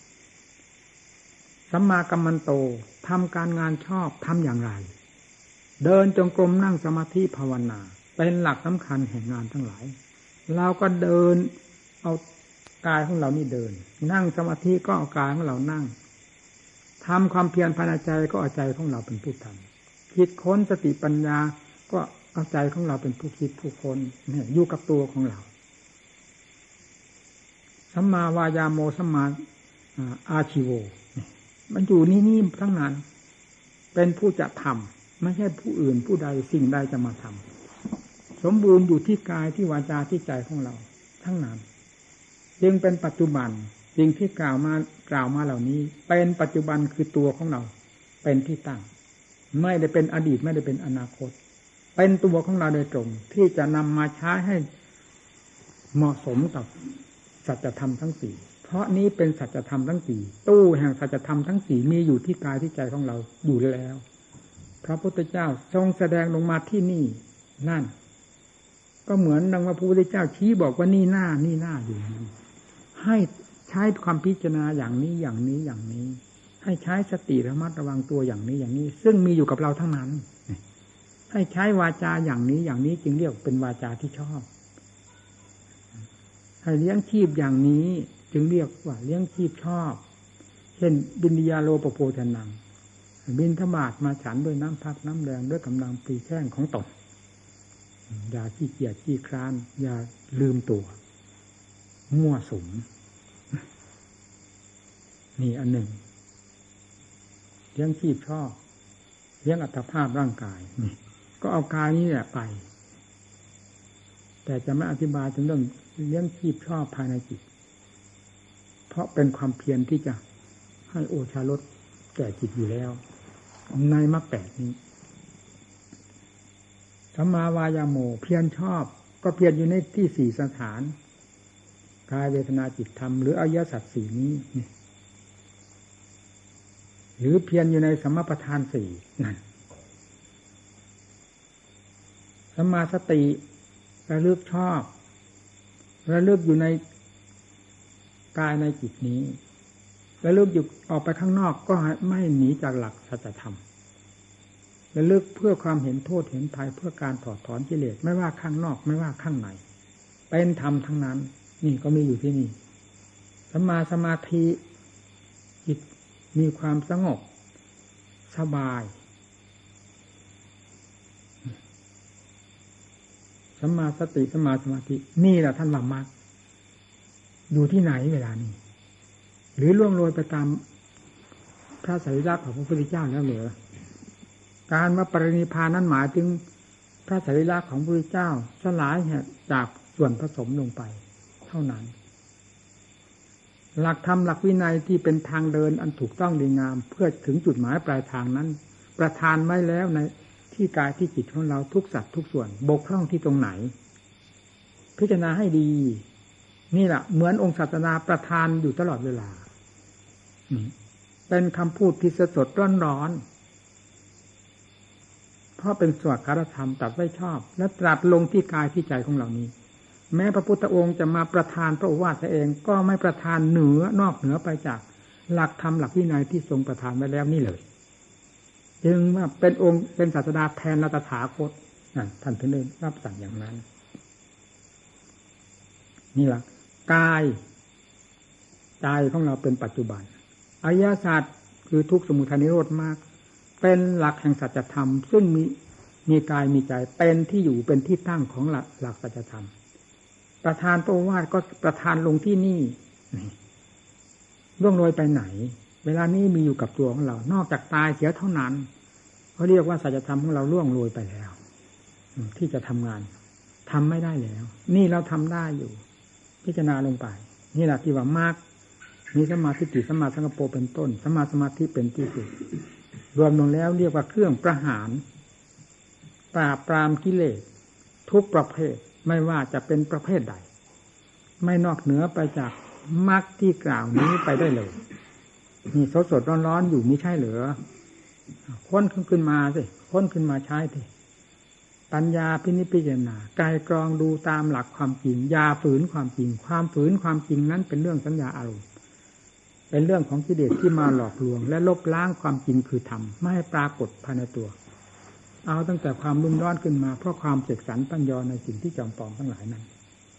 สัมมากัมมันโตทำการงานชอบทำอย่างไรเดินจงกรมนั่งสมาธิภาวนาเป็นหลักสำคัญแห่งงานทั้งหลายเราก็เดินเอากายของเรานี่เดินนั่งสมาธิก็เอากายของเรานั่งทำความเพียรภายในใจก็เอาใจของเราเป็นผู้ทำคิดค้นสติปัญญาก็เอาใจของเราเป็นผู้คิดผู้ค้นเนี่ยอยู่กับตัวของเราสัมมาวายาโมสัมมาอาชีโวมันอยู่นี่นี่ทั้งนั้นเป็นผู้จะทำไม่ใช่ผู้อื่นผู้ใดสิ่งใดจะมาทำสมบูรณ์อยู่ที่กายที่วาจาที่ใจของเราทั้งนั้นจึงเป็นปัจจุบันสิ่งที่กล่าวมากล่าวมาเหล่านี้เป็นปัจจุบันคือตัวของเราเป็นที่ตั้งไม่ได้เป็นอดีตไม่ได้เป็นอนาคตเป็นตัวของเราโดยตรงที่จะนำมาใช้ให้เหมาะสมกับสัจธรรมทั้งสี่เพราะนี้เป็นสัจธรรมทั้งสี่ตู้แห่งสัจธรรมทั้งสี่มีอยู่ที่กายที่ใจของเราอยู่แล้วพระพุทธเจ้าทรงแสดงลงมาที่นี่นั่นก็เหมือนดังว่าพระพุทธเจ้าชี้บอกว่านี่หน้านี่หน้าอยู่ให้ใช้ความพิจารณาอย่างนี้อย่างนี้อย่างนี้ให้ใช้สติระมัดระวังตัวอย่างนี้อย่างนี้ซึ่งมีอยู่กับเราทั้งนั้นให้ใช้วาจาอย่างนี้อย่างนี้จึงเรียกเป็นวาจาที่ชอบให้เลี้ยงชีพอย่างนี้จึงเรียกว่าเลี้ยงชีพชอบเช่นบิณฑิยาโลปโภชนังบิณฑบาตมาฉันด้วยน้ำพักน้ำแรงด้วยกำลังปรีแข้งของตนอย่าขี้เกียจขี้คร้านอย่าลืมตัวมั่วสุมนี่อันหนึ่งเลี้ยงชีพชอบเลี้ยงอัตภาพร่างกายนี่ก็เอากายนี้แหละไปแต่จะไม่อธิบายถึงเรื่องเลี้ยงชีพชอบภายในจิตเพราะเป็นความเพียรที่จะให้โอชารสแก่จิตอยู่แล้วในมรรคแปดนี้สัมมาวายาโมเพียรชอบก็เพียรอยู่ในที่สี่สถานกายเวทนาจิตธรรมหรืออริยสัจสี่นี้หรือเพียรอยู่ในสัมมาประธานสี่นั่นสัมมาสติระลึกชอบระลึกอยู่ในกายในจิตนี้ระลึกอยู่ออกไปข้างนอกก็ไม่หนีจากหลักสัจธรรมระลึกเพื่อความเห็นโทษเห็นภัยเพื่อการถอดถอนกิเลสไม่ว่าข้างนอกไม่ว่าข้างในเป็นธรรมทั้งนั้นนี่ก็มีอยู่ที่นี่สัมมาสมาธิจิตมีความสงบสบายสัมมาสติสัมมาสมาธินี่แหละท่านว่ามรรคอยู่ที่ไหนเวลานี้หรือล่วงโรยไปตามพระสรีระของพระพุทธเจ้าแล้วเหรอการว่าปรินิพพานนั้นหมายถึงพระสรีระของพระพุทธเจ้าสลายจากส่วนผสมลงไปเท่านั้นหลักธรรมหลักวินัยที่เป็นทางเดินอันถูกต้องดีงามเพื่อถึงจุดหมายปลายทางนั้นประทานไว้แล้วในที่กายที่จิตของเราทุกสัตว์ทุกส่วนบกพร่องที่ตรงไหนพิจารณาให้ดีนี่แหละเหมือนองค์ศาสดาประทานอยู่ตลอดเวลาเป็นคำพูดที่สดร้อนๆเพราะเป็นสวดคารธรรมตัดไว้ชอบและตรัสลงที่กายที่ใจของเรานี้แม้พระพุทธองค์จะมาประทานพระโอวาทเองก็ไม่ประทานเหนือนอกเหนือไปจากหลักธรรมหลักวินัยที่ทรงประทานไว้แล้วนี่เลยจึงว่าเป็นองค์เป็นศาสดาแทนเราตถาคตนั่นท่านถึงได้รับสั่งอย่างนั้นนี่ล่ะกายใจของเราเป็นปัจจุบันอริยสัจคือทุกข์สมุทัยนิโรธมากเป็นหลักแห่งสัจธรรมซึ่งมีมีกายมีใจเป็นที่อยู่เป็นที่ตั้งของหลักหลักสัจธรรมประธานพระโอวาทก็ประธานลงที่นี่ล่วงโรยไปไหนเวลานี้มีอยู่กับตัวของเรานอกจากตายเสียเท่านั้นเขาเรียกว่าสัจธรรมของเราล่วงโรยไปแล้วที่จะทำงานทำไม่ได้แล้วนี่เราทำได้อยู่พิจารณาลงไปนี่แหละที่ว่ามรรคมีสมาธิสมาสังกัปโปเป็นต้นสมาสมาธิเป็นที่สุดรวมลงแล้วเรียกว่าเครื่องประหารปราบปรามกิเลสทุกประเภทไม่ว่าจะเป็นประเภทใดไม่นอกเหนือไปจากมรรคที่กล่าวนี้ไปได้เลยนี่สดสดร้อนๆอยู่มิใช่เหรอค้นขึ้นมาสิค้นขึ้นมาใช้สิปัญญาพินิจพิจารณาไกลกรองดูตามหลักความจริงอย่าฝืนความจริงความฝืนความจริงนั้นเป็นเรื่องสัญญาอารมณ์เป็นเรื่องของกิเลสที่มาหลอกลวงและลบล้างความจริงคือธรรมไม่ให้ปรากฏภายในตัวเอาตั้งแต่ความรุ่มร้อนขึ้นมาเพราะความเสกสรรปัญญาในสิ่งที่จอมปลอมทั้งหลายนั้น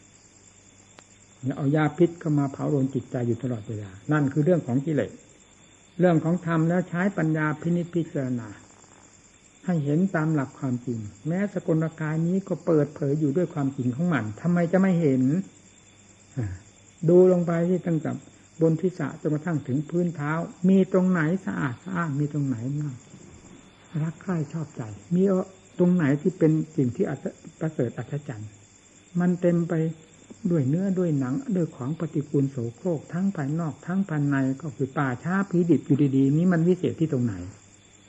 เอายาพิษเข้ามาเผาโลนจิตใจอยู่ตลอดเวลานั่นคือเรื่องของกิเลสเรื่องของธรรมแล้วใช้ปัญญาพินิจพิจารณาให้เห็นตามหลักความจริงแม้สกลกายนี้ก็เปิดเผยอยู่ด้วยความจริงของมันทำไมจะไม่เห็นดูลงไปที่ตั้งแต่บนศีรษะจนกระทั่งถึงพื้นเท้ามีตรงไหนสะอาดสะอ้านมีตรงไหนน่ารักใคร่ชอบใจมีตรงไหนที่เป็นสิ่งที่ประเสริฐอัศจรรย์มันเต็มไปด้วยเนื้อด้วยหนังด้วยของปฏิกูลโสโครกทั้งภายนอกทั้งภายในก็คือป่าช้าผีดิบอยู่ดีๆนี้มันวิเศษที่ตรงไหน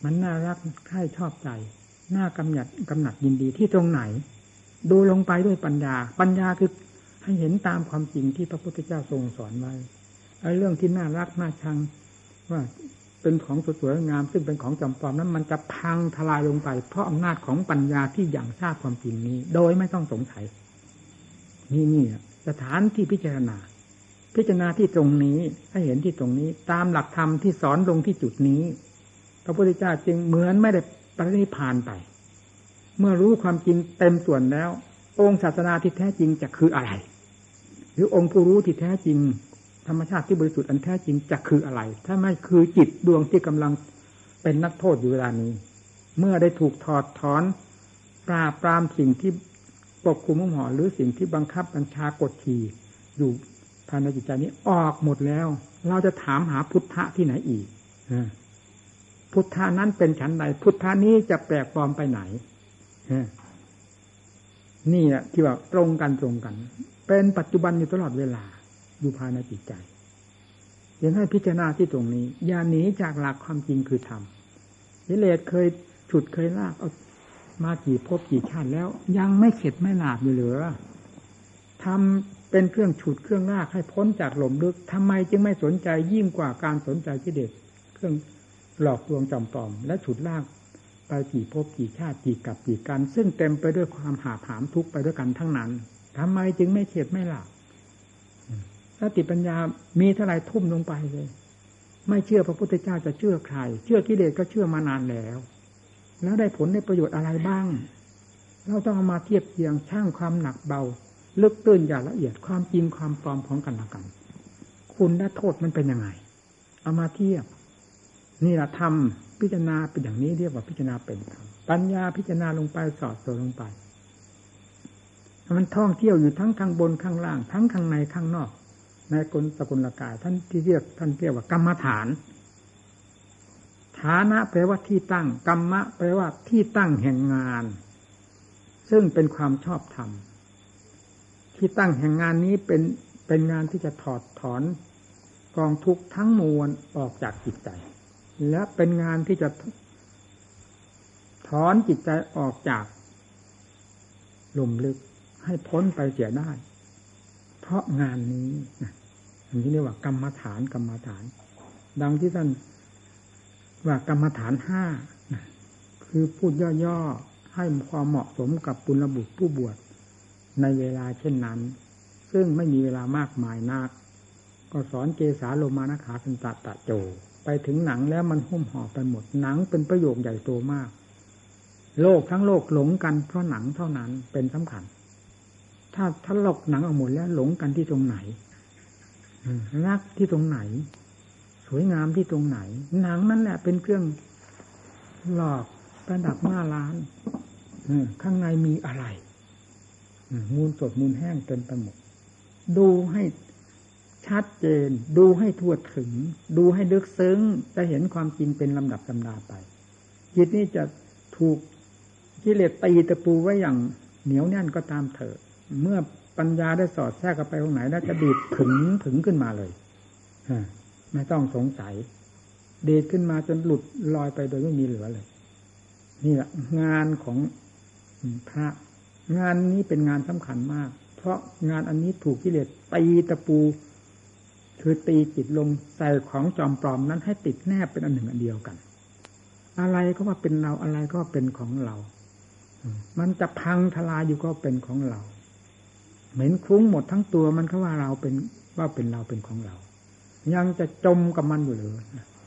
มันน่ารักใคร่ชอบใจน่ากำหนัดกำหนัดยินดีที่ตรงไหนดูลงไปด้วยปัญญาปัญญาคือให้เห็นตามความจริงที่พระพุทธเจ้าทรงสอนไว้ไอ้เรื่องที่น่ารักน่าชังว่าเป็นของสวยๆงามซึ่งเป็นของจำปลอมนั้นมันจะพังทลายลงไปเพราะอำนาจของปัญญาที่อย่างทราบความจริงนี้โดยไม่ต้องสงสัยนี่นี่สถานที่พิจารณาพิจารณาที่ตรงนี้ให้เห็นที่ตรงนี้ตามหลักธรรมที่สอนลงที่จุดนี้พระพุทธเจ้าจึงเหมือนไม่ได้ปรินิพพานไปเมื่อรู้ความจริงเต็มส่วนแล้วองค์ศาสนาที่แท้จริงจะคืออะไรหรือองค์ผู้รู้ที่แท้จริงธรรมชาติที่บริสุทธิ์อันแท้จริงจะคืออะไรถ้าไม่คือจิตดวงที่กำลังเป็นนักโทษอยู่เวลานี้เมื่อได้ถูกถอดถอนปราบปรามสิ่งที่ปกคุมหุ้มห่อหรือสิ่งที่บังคับบัญชากดขี่อยู่ภายในจิตใจนี้ออกหมดแล้วเราจะถามหาพุทธะที่ไหนอีกพุทธะนั้นเป็นฉันใดพุทธะนี้จะแปลกปลอมไปไหนนี่แหละที่ว่าตรงกันตรงกันเป็นปัจจุบันอยู่ตลอดเวลาอยู่ภายในจิตใจยังให้พิจารณาที่ตรงนี้อย่าหนีจากหลักความจริงคือธรรมกิเลสเคยฉุดเคยลากเอามากี่ภพกี่ชาติแล้วยังไม่เข็ดไม่หลาบอยู่เหลือทำเป็นเครื่องฉุดเครื่องลากให้พ้นจากหล่มลึกทำไมจึงไม่สนใจยิ่งกว่าการสนใจกิเลสเครื่องหลอกลวงจำปลอมและฉุดลากไปกี่ภพกี่ชาติกี่กับกี่กันซึ่งเต็มไปด้วยความหาผามทุกข์ไปด้วยกันทั้งนั้นทำไมจึงไม่เข็ดไม่หลาบสติปัญญามีเท่าไรทุ่มลงไปเลยไม่เชื่อพระพุทธเจ้าจะเชื่อใครเชื่อกิเลสก็เชื่อมานานแล้วแล้วได้ผลได้ประโยชน์อะไรบ้างเราต้องเอามาเทียบเทียงช่างความหนักเบาลึกตื้นอย่างละเอียดความจริงความปลอมของกันและกันคุณและโทษมันเป็นยังไงเอามาเทียบนี่แหละธรรมพิจารณาเป็นอย่างนี้เรียกว่าพิจารณาเป็นธรรมปัญญาพิจารณาลงไปสอดส่องลงไปมันท่องเที่ยวอยู่ทั้งข้างบนข้างล่างทั้งข้างในข้างนอกในกลสกุลกายท่านที่เรียกท่านเรียกว่ากรรมฐานฐานะแปลว่าที่ตั้งกรรมะแปลว่าที่ตั้งแห่งงานซึ่งเป็นความชอบธรรมที่ตั้งแห่งงานนี้เป็นเป็นงานที่จะถอดถอนกองทุกข์ทั้งมวลออกจากจิตใจและเป็นงานที่จะถอนจิตใจออกจากหลุมลึกให้พ้นไปเสียได้เพราะงานนี้อันนี้เรียกว่ากรรมฐานกรรมฐานดังที่ท่านว่ากรรมฐานห้าคือพูดย่อๆให้ความเหมาะสมกับปุณบุตรผู้บวชในเวลาเช่นนั้นซึ่งไม่มีเวลามากมายนักก็สอนเกสาโลมานะขาสันตตะโจไปถึงหนังแล้วมันหุ้มห่อไปหมดหนังเป็นประโยคใหญ่โตมากโลกทั้งโลกหลงกันเพราะหนังเท่านั้นเป็นสำคัญถ้าถ้าหลอกหนังออกหมดแล้วหลงกันที่ตรงไหนรักที่ตรงไหนสวยงามที่ตรงไหนหนังนั่นแหละเป็นเครื่องหลอกประดับหน้าร้านข้างในมีอะไรมูลสดมูลแห้งเต็มไปหมดดูให้ชัดเจนดูให้ทั่วถึงดูให้ลึกซึ้งจะเห็นความจริงเป็นลำดับลำดาไปจิตนี้จะถูกกิเลสตีตะปูไว้อย่างเหนียวแน่นก็ตามเถอะเมื่อปัญญาได้สอดแทรกเข้าไปตรงไหนแล้วจะดีดถึงถึงขึ้นมาเลยไม่ต้องสงสัยดีดขึ้นมาจนหลุดลอยไปโดยไม่มีเหลือเลยนี่แหละงานของพระงานนี้เป็นงานสำคัญมากเพราะงานอันนี้ถูกกิเลสตีตะปูคือตีจิตลงใส่ของจอมปลอมนั้นให้ติดแนบเป็นอันหนึ่งอันเดียวกันอะไรก็ว่าเป็นเราอะไรก็เป็นของเรามันจะพังทลายอยู่ก็เป็นของเราเหม็นคลุ้งหมดทั้งตัวมันก็ว่าเราเป็นว่าเป็นเราเป็นของเรายังจะจมกับมันอยู่เลย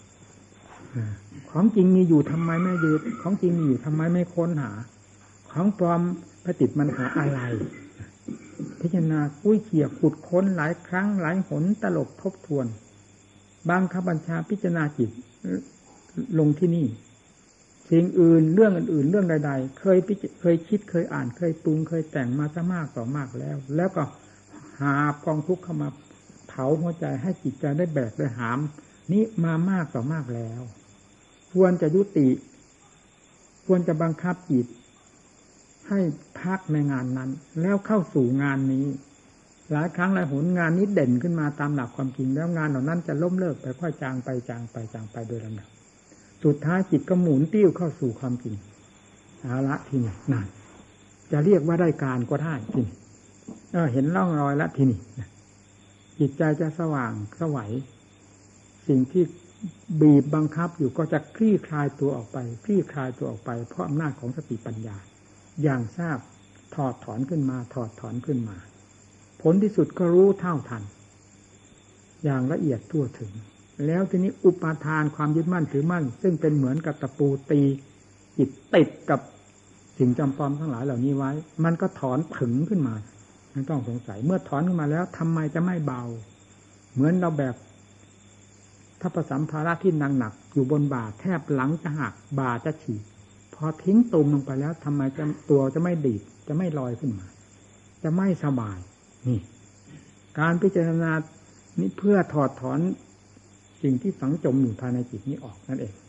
ของจริงมีอยู่ทำไมไม่ยึดของจริงมีอยู่ทำไมไม่ค้นหาของปลอมไปติดมันหาอะไรพิจารณากุ้ยเขี่ยขุดค้นหลายครั้งหลายหนตลบทบทวนบางคบัญชาพิจารณาจิตลงที่นี่สิ่งอื่นเรื่องอื่นๆเรื่องใดๆเคยเคยคิดเคยอ่านเคยปรุงเคยแต่งมาซะมากต่อมากแล้วแล้วก็หากองทุกข์เข้ามาเผาหัวใจให้จิตใจได้แบกได้หามนี้มามากต่อมากแล้วควรจะยุติควรจะบังคับจิตให้พักในงานนั้นแล้วเข้าสู่งานนี้หลายครั้งหลายหนงานนี้เด่นขึ้นมาตามหลักความจริงแล้วงานเหล่านั้นจะล้มเลิกไปค่อยจางไปจางไปจางไปโดยลำดับจสุดท้ายจิตก็หมุนติ้วเข้าสู่ความจริงเอาละทีนี้นั่นจะเรียกว่าได้การก็ได้ทีนี้เออเห็นร่องรอยแล้วทีนี้จิตใจจะสว่างสวัยสิ่งที่บีบบังคับอยู่ก็จะคลี่คลายตัวออกไปคลี่คลายตัวออกไปเพราะอำนาจของสติปัญญาอย่างทราบถอดถอนขึ้นมาถอดถอนขึ้นมาผลที่สุดก็รู้เท่าทันอย่างละเอียดทั่วถึงแล้วทีนี้อุปาทานความยึดมั่นถือมั่นซึ่งเป็นเหมือนกับตะปูตีจิตติดกับสิ่งจำปอมทั้งหลายเหล่านี้ไว้มันก็ถอนผึ่งขึ้นมาไม่ต้องสงสัยเมื่อถอนขึ้นมาแล้วทำไมจะไม่เบาเหมือนเราแบบถ้าประสัมภาระที่หนักหนักอยู่บนบ่าแทบหลังจะหักบ่าจะฉีกพอทิ้งตุ่มลงไปแล้วทำไมจะตัวจะไม่ดีดจะไม่ลอยขึ้นมาจะไม่สบายนี่การพิจารณานี้เพื่อถอดถอนสิ่งที่ฝังจมอยู่ภายในจิตนี้ออกนั่นเอง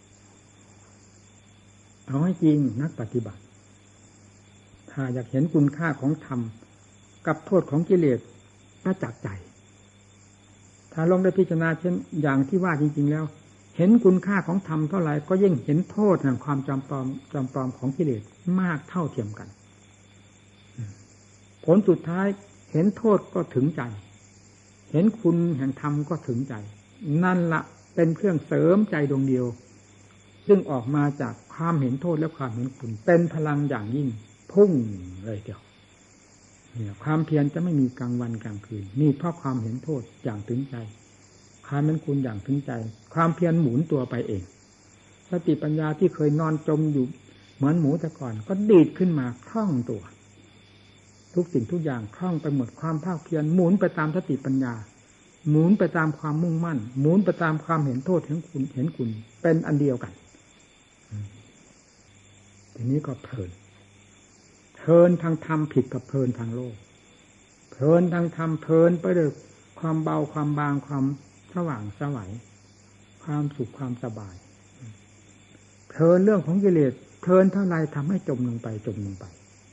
เอาให้จริงนักปฏิบัติถ้าอยากเห็นคุณค่าของธรรมกับโทษของกิเลสประจักษ์ใจถ้าลงได้พิจารณาเช่นอย่างที่ว่าจริงๆแล้วเห็นคุณค่าของธรรมเท่าไหร่ก็ยิ่งเห็นโทษแห่งความจำปลอมจำปลอมของกิเลสมากเท่าเทียมกันผลสุดท้ายเห็นโทษก็ถึงใจเห็นคุณแห่งธรรมก็ถึงใจนั่นละเป็นเครื่องเสริมใจดวงเดียวซึ่งออกมาจากความเห็นโทษและความเห็นคุณเป็นพลังอย่างยิ่งพุ่งเลยเดียวเนี่ยความเพียรจะไม่มีกลางวันกลางคืนนี่เพราะความเห็นโทษอย่างถึงใจความเป็นคุณอย่างถึงใจความเพียรหมุนตัวไปเองสติปัญญาที่เคยนอนจมอยู่เหมือนหมูแต่ก่อนก็ดีดขึ้นมาคล่องตัวทุกสิ่งทุกอย่างคล่องไปหมดความภาคเพียรหมุนไปตามสติปัญญาหมุนไปตามความมุ่งมั่นหมุนไปตามความเห็นโทษเห็นคุณเห็นคุณเป็นอันเดียวกันทีนี้ก็เพลินเพลินทางธรรมผิดกับเพลินทางโลกเพลินทางธรรมเพลินไปด้วยความเบาความบางความสว่างสวัยความสุขความสบายเพลินเรื่องของกิเลสเพลินเท่าไรทำให้จมลงไปจมลงไป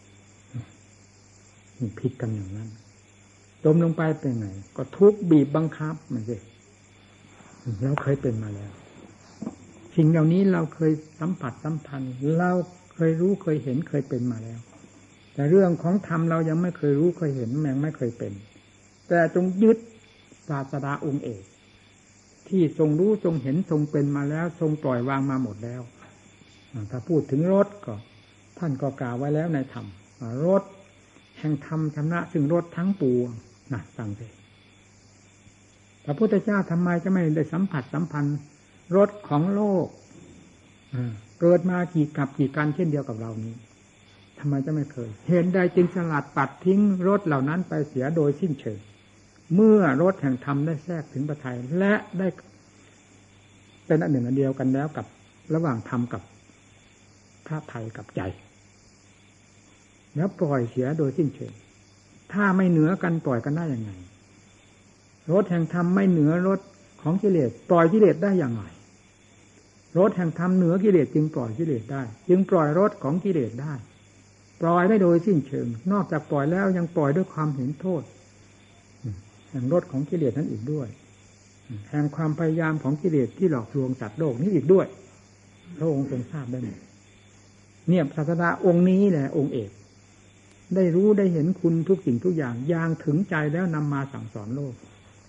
นี่ผิดกันอย่างนั้นจมลงไปเป็นไงก็ทุกข์บีบบังคับมันสิเราเคยเป็นมาแล้วสิ่งเหล่านี้เราเคยสัมผัสสัมพันธ์เราเคยรู้เคยเห็นเคยเป็นมาแล้วแต่เรื่องของธรรมเรายังไม่เคยรู้เคยเห็นแม้ไม่เคยเป็นแต่จงยึดศาสดาองค์เอกที่ทรงรู้ทรงเห็นทรงเป็นมาแล้วทรงปล่อยวางมาหมดแล้วถ้าพูดถึงรถก็ท่านก็กล่าวไว้แล้วในธรรมรถแห่งธรรมชำระซึ่งรถทั้งปวงนะฟังสิพระพุทธเจ้าทำไมจะไม่ได้สัมผัสสัมพันธ์รถของโลกเกิดมากี่กับกี่กันเช่นเดียวกับเรานี้ทำไมจะไม่เคยเห็นได้จึงสลัดปัดทิ้งรถเหล่านั้นไปเสียโดยสิ้นเชิงเมื่อรถแห่งธรรมได้แทรกถึงพระทัยและได้เป็นอันหนึ่งอันเดียวกันแล้วกับระหว่างธรรมกับพระทัยกับใจแล้วปล่อยเสียโดยสิ้นเชิงถ้าไม่เหนือกันปล่อยกันได้ยังไงรถแห่งธรรมไม่เหนือรถของกิเลสปล่อยกิเลสได้อย่างไรรถแห่งธรรมเหนือกิเลสจึงปล่อยกิเลสได้จึงปล่อยรถของกิเลสได้ปล่อยได้โดยสิ้นเชิงนอกจากปล่อยแล้วยังปล่อยด้วยความเห็นโทษแห่งรถของกิเลสนั้นอีกด้วยแห่งความพยายามของกิเลสที่หลอกลวงสัตว์โลกนี้อีกด้วยพระองค์ทรงทราบได้หมดเนี่ยศาสดาองค์นี้แหละองค์เอกได้รู้ได้เห็นคุณทุกสิ่งทุกอย่างอย่างถึงใจแล้วนำมาสั่งสอนโลก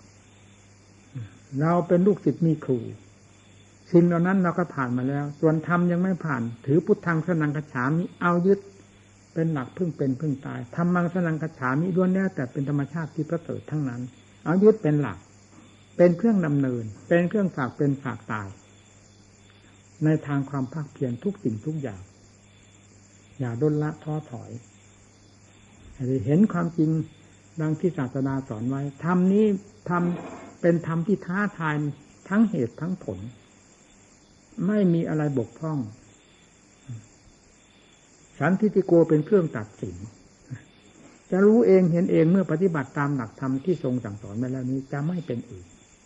เราเป็นลูกศิษย์มีครูสิ่งเหล่านั้นเราก็ผ่านมาแล้วส่วนธรรมยังไม่ผ่านถือพุทธังสนังคัจฉามิเอายึดเป็นหลักพึ่งเป็นพึ่งตายธรรมังสนังคัจฉามิล้วนแล้วแต่เป็นธรรมชาติที่ประเสริฐทั้งนั้นเอายึดเป็นหลักเป็นเครื่องดำเนินเป็นเครื่องฝากเป็นฝากตายในทางความภาคเพียรทุกสิ่งทุกอย่างอย่าด้นละท้อถอยให้เห็นความจริงดังที่ศาสดาสอนไว้ธรรมนี้ธรรมเป็นธรรมที่ท้าทายทั้งเหตุทั้งผลไม่มีอะไรบกพร่องสันทิฏฐิโกเป็นเครื่องตัดสินจะรู้เองเห็นเองเมื่อปฏิบัติตามหลักธรรมที่ทรงสั่งสอนไว้แล้วนี้จะไม่เป็นอื่น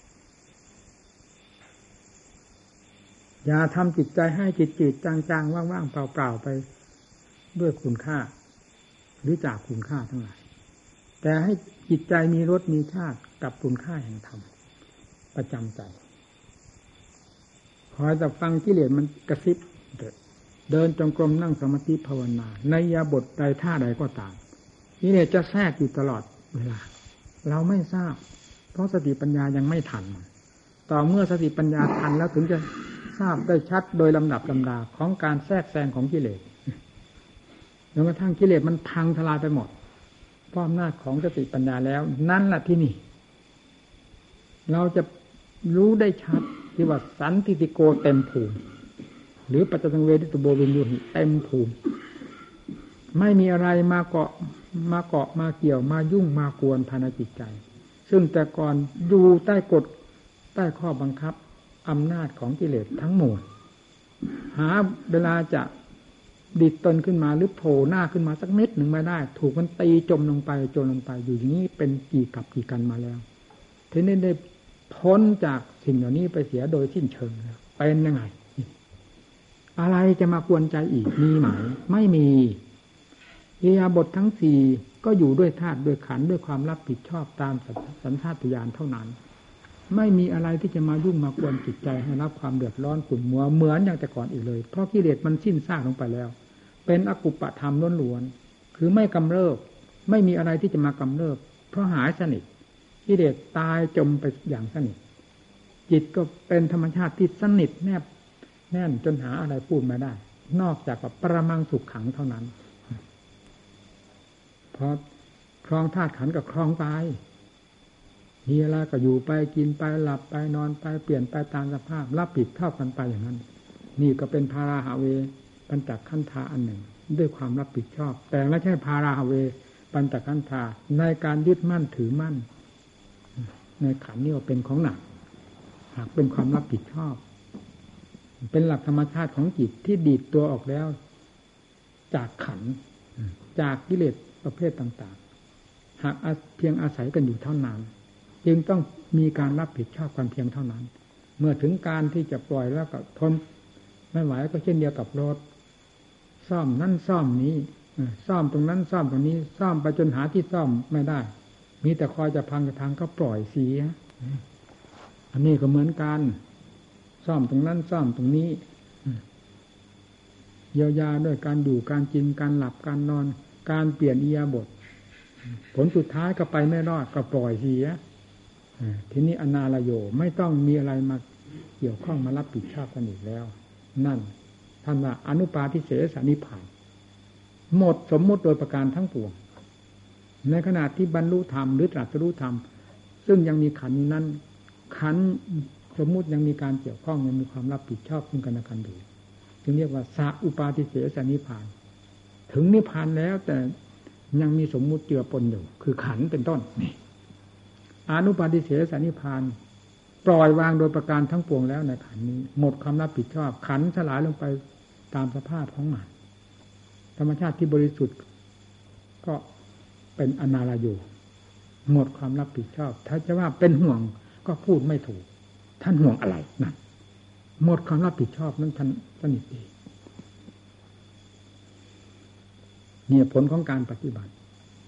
อย่าทำจิตใจให้จิตจืดจางๆว่างๆเปล่าๆไปด้วยคุณค่าหรือจากคุณค่าทั้งหลายแต่ให้จิตใจมีรสมีชาติกับคุณค่าแห่งธรรมประจำใจคอยแต่ฟังกิเลสมันกระซิบเดินจงกรมนั่งสมาธิภาวนาในอิริยาบถใดท่าใดก็ตามกิเลสจะแทรกอยู่ตลอดเวลาเราไม่ทราบเพราะสติปัญญายังไม่ทันต่อเมื่อสติปัญญาทันแล้วถึงจะทราบได้ชัดโดยลำดับลำดาของการแทรกแซงของกิเลสจนกระทั่งกิเลสมันพังทลายไปหมดเพราะอำนาจของสติปัญญาแล้วนั่นแหละที่นี่เราจะรู้ได้ชัดที่ว่าสันติติโกเต็มภูมิหรือปัจจตังเวทิตโบวินยูหิเต็มภูมิไม่มีอะไรมาเกาะมาเกาะมาเกี่ยวมายุ่งมากวนภายในจิตใจซึ่งแต่ก่อนอยู่ใต้กฎใต้ข้อบังคับอำนาจของกิเลสทั้งหมดหาเวลาจะดิดตนขึ้นมาหรือโผล่หน้าขึ้นมาสักเม็ดหนึ่งไม่ได้ถูกมันตีจมลงไปจมลงไปอยู่อย่างนี้เป็นกี่กับกี่กันมาแล้วทีนี้ได้พ้นจากสิ่งเหล่านี้ไปเสียโดยสิ้นเชิงแล้วเป็นยังไงอะไรจะมากวนใจอีกมีไหมไม่มีอิริยาบถทั้งสี่ก็อยู่ด้วยธาตุด้วยขันธ์ด้วยความรับผิดชอบตามสัญชาตญาณเท่านั้นไม่มีอะไรที่จะมายุ่งมากวนจิตใจให้รับความเดือดร้อนขุ่นมัวเหมือนอย่างแต่ก่อนอีกเลยเพราะกิเลสมันสิ้นซากลงไปแล้วเป็นอกุปปธรรมล้วนๆคือไม่กำเริบไม่มีอะไรที่จะมากำเริบเพราะหายสนิทกิเลสตายจมไปอย่างสนิทจิตก็เป็นธรรมชาติที่สนิทแนบแน่นจนหาอะไรพูดไม่ได้นอกจากว่าประมังสุขขังเท่านั้นเพราะครองธาตุขันธ์กับครองไปมีอะไรก็อยู่ไปกินไปหลับไปนอนไปเปลี่ยนไปตามสภาพรับผิดเท่ากันไปอย่างนั้นนี่ก็เป็นภาราหาเวปัญจขันธาอันหนึ่งด้วยความรับผิดชอบแต่ไม่ใช่ภาราหาเวปัญจขันธาในการยึดมั่นถือมั่นในขันธ์นี่ว่าเป็นของหนักหากเป็นความรับผิดชอบเป็นหลักธรรมชาติของจิตที่ดีดตัวออกแล้วจากขันธ์จากกิเลสประเภทต่างๆหากเพียงอาศัยกันอยู่เท่านั้นจึงต้องมีการรับผิดชอบกันเพียงเท่านั้นเมื่อถึงการที่จะปล่อยแล้วก็ทนไม่ไหวก็เช่นเดียวกับรถซ่อมนั่นซ่อมนี้ซ่อมตรงนั้นซ่อมตรงนี้ซ่อมไปจนหาที่ซ่อมไม่ได้มีแต่คอยจะพังจะพังก็ปล่อยเสียอันนี้ก็เหมือนกันซ่อมตรงนั้นซ่อมตรงนี้เยียวยาด้วยการอยู่การกินการหลับการนอนการเปลี่ยนอิริยาบถผลสุดท้ายก็ไปไม่รอดก็ปล่อยเสียทีนี้อนาลโยไม่ต้องมีอะไรมาเกี่ยวข้องมารับผิดชอบกันอีกแล้วนั่นท่านว่าอนุปาทิเสสนิพพานหมดสมมุติโดยประการทั้งปวงในขณะที่บรรลุธรรมหรือตรัสรู้ธรรมซึ่งยังมีขันธ์นั้นขันธ์สมมุติยังมีการเกี่ยวข้องยังมีความรับผิดชอบซึ่งกันและกันอยู่จึงเรียกว่าสะอุปาทิเสสนิพพานถึงนิพพานแล้วแต่ยังมีสมมุติเจือปนอยู่คือขันธ์เป็นต้นนี่อนุปาทิเสสนิพพานปล่อยวางโดยประการทั้งปวงแล้วในขันธ์นี้หมดความรับผิดชอบขันธ์สลายลงไปตามสภาพของมันธรรมชาติที่บริสุทธิ์ก็เป็นอนาลโยหมดความรับผิดชอบถ้าจะว่าเป็นห่วงก็พูดไม่ถูกท่านห่วงอะไรนั่นหมดความรับผิดชอบนั้นท่านสนิทดีเนี่ยผลของการปฏิบัติ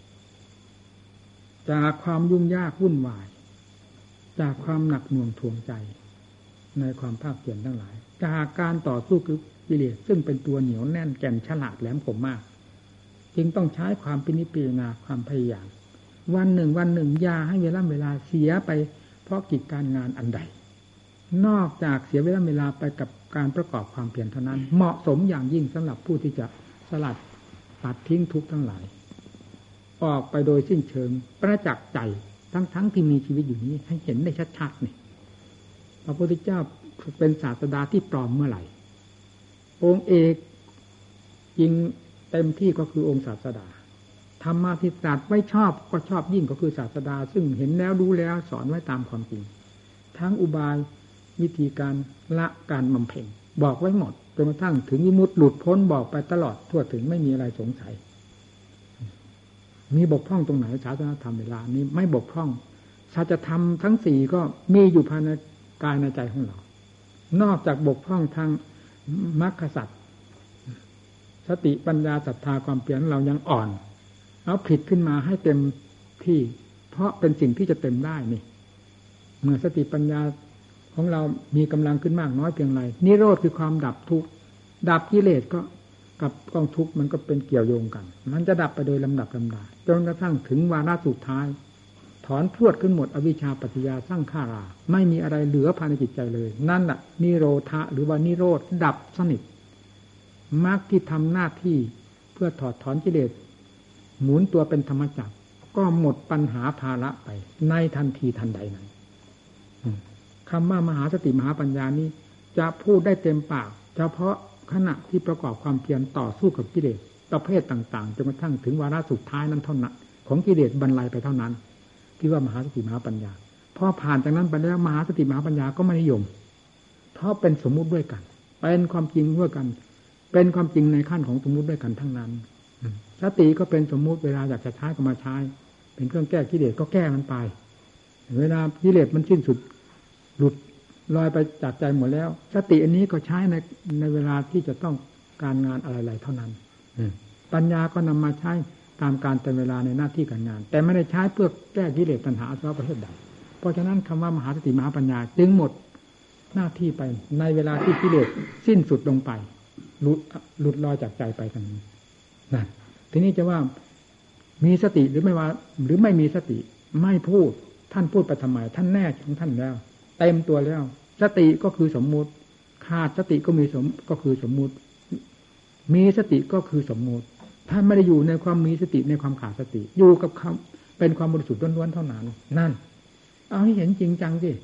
จากความยุ่งยากวุ่นวายจากความหนักหน่วงทวงใจในความภาคเพียรทั้งหลายจากการต่อสู้กับกิเลสซึ่งเป็นตัวเหนียวแน่นแก่นฉลาดแหลมคมมากจึงต้องใช้ความพินิจพิจารณาความพยายามวันหนึ่งวันหนึ่งอย่าให้เวลาเวลาเสียไปเพราะกิจการงานอันใดนอกจากเสียเวลาเวลาไปกับการประกอบความเพียรเท่านั้นเหมาะสมอย่างยิ่งสำหรับผู้ที่จะสลัดตัดทิ้งทุกข์ทั้งหลายออกไปโดยสิ้นเชิงประจักษ์ใจทั้งทั้งที่มีชีวิตอยู่นี้ให้เห็นได้ชัดๆนี่พระพุทธเจ้าเป็นศาสดาที่ปลอมเมื่อไหร่องค์เอกจริงเต็มที่ก็คือองค์ศาสดาธรรมะที่ตรัสไว้ชอบก็ชอบยิ่งก็คือศาสดาซึ่งเห็นแล้วรู้แล้วสอนไว้ตามความจริงทั้งอุบายวิธีการละการบำเพ็ญบอกไว้หมดจนกระทั่งถึงวิมุตติหลุดพ้นบอกไปตลอดทั่วถึงไม่มีอะไรสงสัยมีบกพร่องตรงไหนศาสนาธรรมเวลานี้ไม่บกพร่องสัจธรรมทั้งสี่ก็มีอยู่ภายในกายในใจของเรานอกจากบกพร่องทางมรรคสัจสติปัญญาศรัทธาความเปลี่ยนเรายังอ่อนเอาผิดขึ้นมาให้เต็มที่เพราะเป็นสิ่งที่จะเต็มได้นี่เมื่อสติปัญญาของเรามีกำลังขึ้นมากน้อยเพียงไรนิโรธคือความดับทุกข์ดับกิเลสก็กับกองทุกข์มันก็เป็นเกี่ยวโยงกันมันจะดับไปโดยลำดับลำดาจนกระทั่งถึงวาระสุดท้ายถอนพรวดขึ้นหมดอวิชชาปัจจยาสร้างข้าราไม่มีอะไรเหลือภายในจิตใจเลยนั่นแหละนิโรธะหรือว่านิโรธดับสนิทมรรคที่ทำหน้าที่เพื่อถอดถอนกิเลสหมุนตัวเป็นธรรมจักรก็หมดปัญหาภาระไปในทันทีทันใดนั้นคำว่ามหาสติมหาปัญญานี้จะพูดได้เต็มปากเฉพาะขณะที่ประกอบความเพียรต่อสู้กับกิเลสประเภทต่างๆจนกระทั่งถึงวาระสุดท้ายนั้นเท่านั้นของกิเลสบรรลัยไปเท่านั้นที่ว่ามหาสติมหาปัญญาพอผ่านจากนั้นไปแล้วมหาสติมหาปัญญาก็ไม่นิยมเพราะเป็นสมมุติด้วยกันเป็นความจริงด้วยกันเป็นความจริงในขั้นของสมมุติด้วยกันทั้งนั้นสติก็เป็นสมมุติเวลาอยากจะใช้ก็มาใช้เป็นเครื่องแก้กิเลสก็แก้มันไปเวลากิเลสมันสิ้นสุดหลุดลอยไปจากใจหมดแล้วสติอันนี้ก็ใช้ในในเวลาที่จะต้องการงานอะไรๆเท่านั้นปัญญาก็นำมาใช้ตามการแต่เวลาในหน้าที่การงานแต่ไม่ได้ใช้เพื่อแก้กิเลสตัณหาอาสวะประเภทใดเพราะฉะนั้นคำว่ามหาสติมหาปัญญาจึงหมดหน้าที่ไปในเวลาที่กิเลสสิ้นสุดลงไปหลุดหลุดลอยจากใจไปทางนี้นั่นทีนี้จะว่ามีสติหรือไม่ว่าหรือไม่มีสติไม่พูดท่านพูดไปทำไมท่านแน่ของท่านแล้วเต็มตัวแล้วสติก็คือสมมุติขาดสติก็มีสมก็คือสมมุติมีสติก็คือสมมุติท่านไม่ได้อยู่ในความมีสติในความขาดสติอยู่กับคำเป็นความบริสุทธิ์ล้วนๆเท่านั้นนั่นเอาให้เห็นจริงจังสิ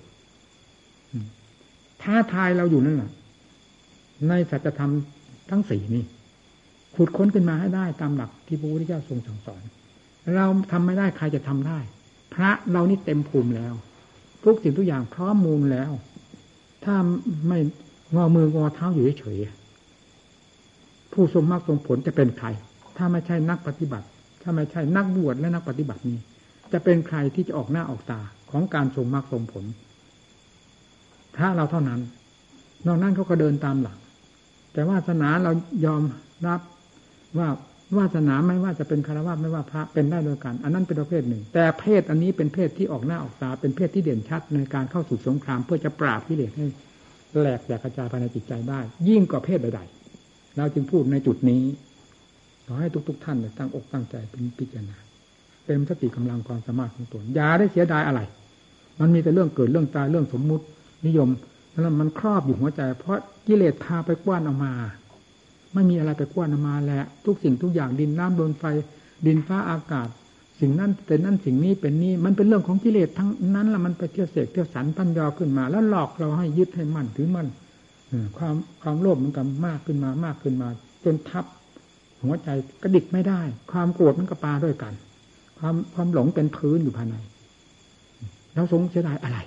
ท้าทายเราอยู่นั่นแหละในสัจธรรมทั้งสี่นี่ขุดค้นขึ้นมาให้ได้ตามหลักที่พระพุทธเจ้าทรงสั่งสอนเราทำไม่ได้ใครจะทำได้พระเรานี่เต็มภูมิแล้วทุกสิ่งทุกอย่างพร้อมมูลแล้วถ้าไม่งอมืองอเท้าอยู่เฉยๆผู้ทรงมรรคทรงผลจะเป็นใครถ้าไม่ใช่นักปฏิบัติถ้าไม่ใช่นักบวชและนักปฏิบัตินี้จะเป็นใครที่จะออกหน้าออกตาของการทรงมรรคทรงผลพระเราเท่านั้นนอกนั้นเขาก็เดินตามหลังแต่วาสนาเรายอมรับว่าวาสนาไม่ว่าจะเป็นฆราวาสไม่ว่าพระเป็นได้โดยกันอันนั้นเป็นประเภทหนึ่งแต่เพศอันนี้เป็นเพศที่ออกหน้าออกตาเป็นเพศที่เด่นชัดในการเข้าสู่สงครามเพื่อจะปราบกิเลสให้แหลกแตกกระจายภายในจิตใจได้ยิ่งกว่าเพศใดๆเราจึงพูดในจุดนี้ขอให้ทุกๆท่านตั้งอกตั้งใจเป็นพิจารณาเต็มสติกำลังความสามารถของตนอย่าได้เสียดายอะไรมันมีแต่เรื่องเกิดเรื่องตายเรื่องสมมุตินิยมแล้วมันครอบอยู่หัวใจเพราะกิเลสพาไปกว้านออกมาไม่มีอะไรไปกว้านออกมาแหละทุกสิ่งทุกอย่างดินน้ำลมไฟดินฟ้าอากาศสิ่งนั้นเป็นนั่นสิ่งนี้เป็นนี้มันเป็นเรื่องของกิเลสทั้งนั้นละมันไปเที่ยวเสกเที่ยวสันปั้นยอขึ้นมาแล้วหลอกเราให้ยึดให้มั่นถือมั่นความความโลภมันก็มากขึ้นมามากขึ้นมาจนทับหัวใจกระดิกไม่ได้ความโกรธมันก็ปาด้วยกันความความหลงเป็นพื้นอยู่ภายในแล้วสงเสียดายอะไร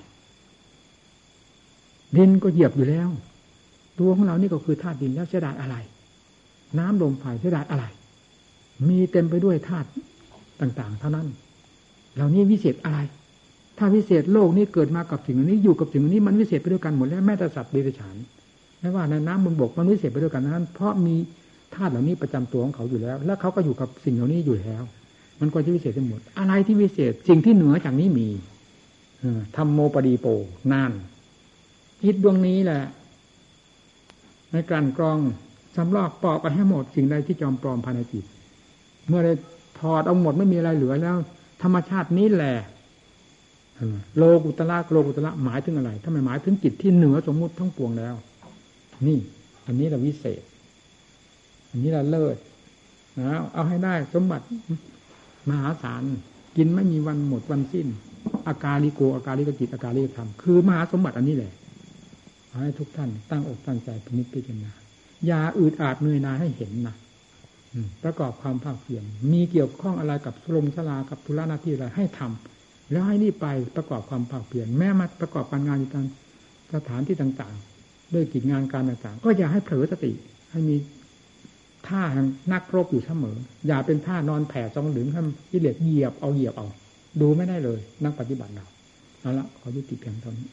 ดินก็เหยียบอยู่แล้วตัวของเรานี่ก็คือธาตุดินแล้วเสียดายอะไรน้ำลมไฟเสียดายอะไรมีเต็มไปด้วยธาตุต่างๆเท่านั้นเหล่านี้วิเศษอะไรถ้าวิเศษโลกนี้เกิดมากับสิ่งนี้อยู่กับสิ่งนี้มันวิเศษไปด้วยกันหมดแล้วแม้แต่สัตว์เดรัจฉานไม่ว่าในน้ำบนบกมันวิเศษไปด้วยกันนั้นเพราะมีธาตุเหล่านี้ประจำตัวของเขาอยู่แล้วแล้วเขาก็อยู่กับสิ่งเหล่านี้อยู่แล้วมันก็จะวิเศษทั้งหมดอะไรที่วิเศษสิ่งที่เหนือจากนี้มีธัมโมปดีโปนั่นจิตดวงนี้แหละในการกรองสำลอกปอกไปให้หมดสิ่งใดที่จอมปลอมภายในจิตเมื่อได้ถอดเอาหมดไม่มีอะไรเหลือแล้วธรรมชาตินี้แหละโลกุตละโลกุตละหมายถึงอะไรถ้าไม่หมายถึงจิตที่เหนือสมมุติทั้งปวงแล้วนี่อันนี้เราวิเศษอันนี้เราเลิศนะเอาให้ได้สมบัติมหาศาลกินไม่มีวันหมดวันสิ้นอากาลิโกอากาลิกจิตอากาลิกธรรมคือมหาสมบัติอันนี้แหละให้ทุกท่านตั้งอกตั้งใจพินิจพิจารณาอย่าอืดอาดเหนื่อยหน่ายให้เห็นนะประกอบความภาคเพียรมีเกี่ยวข้องอะไรกับสลงสลากับธุระหน้าที่อะไรให้ทำแล้วให้รีบไปประกอบความภาคเพียรแม้มาประกอบการงานในสถานที่ต่างๆด้วยกิจงานการต่างๆก็อย่าให้เผลอสติให้มีท่าแห่งนักรบอยู่เสมออย่าเป็นท่านอนแผ่ซองหลึงให้กิเลสเหยียบเอาเหยียบเอาดูไม่ได้เลยนักปฏิบัติเราเอาละขอยุติเพียงเท่านี้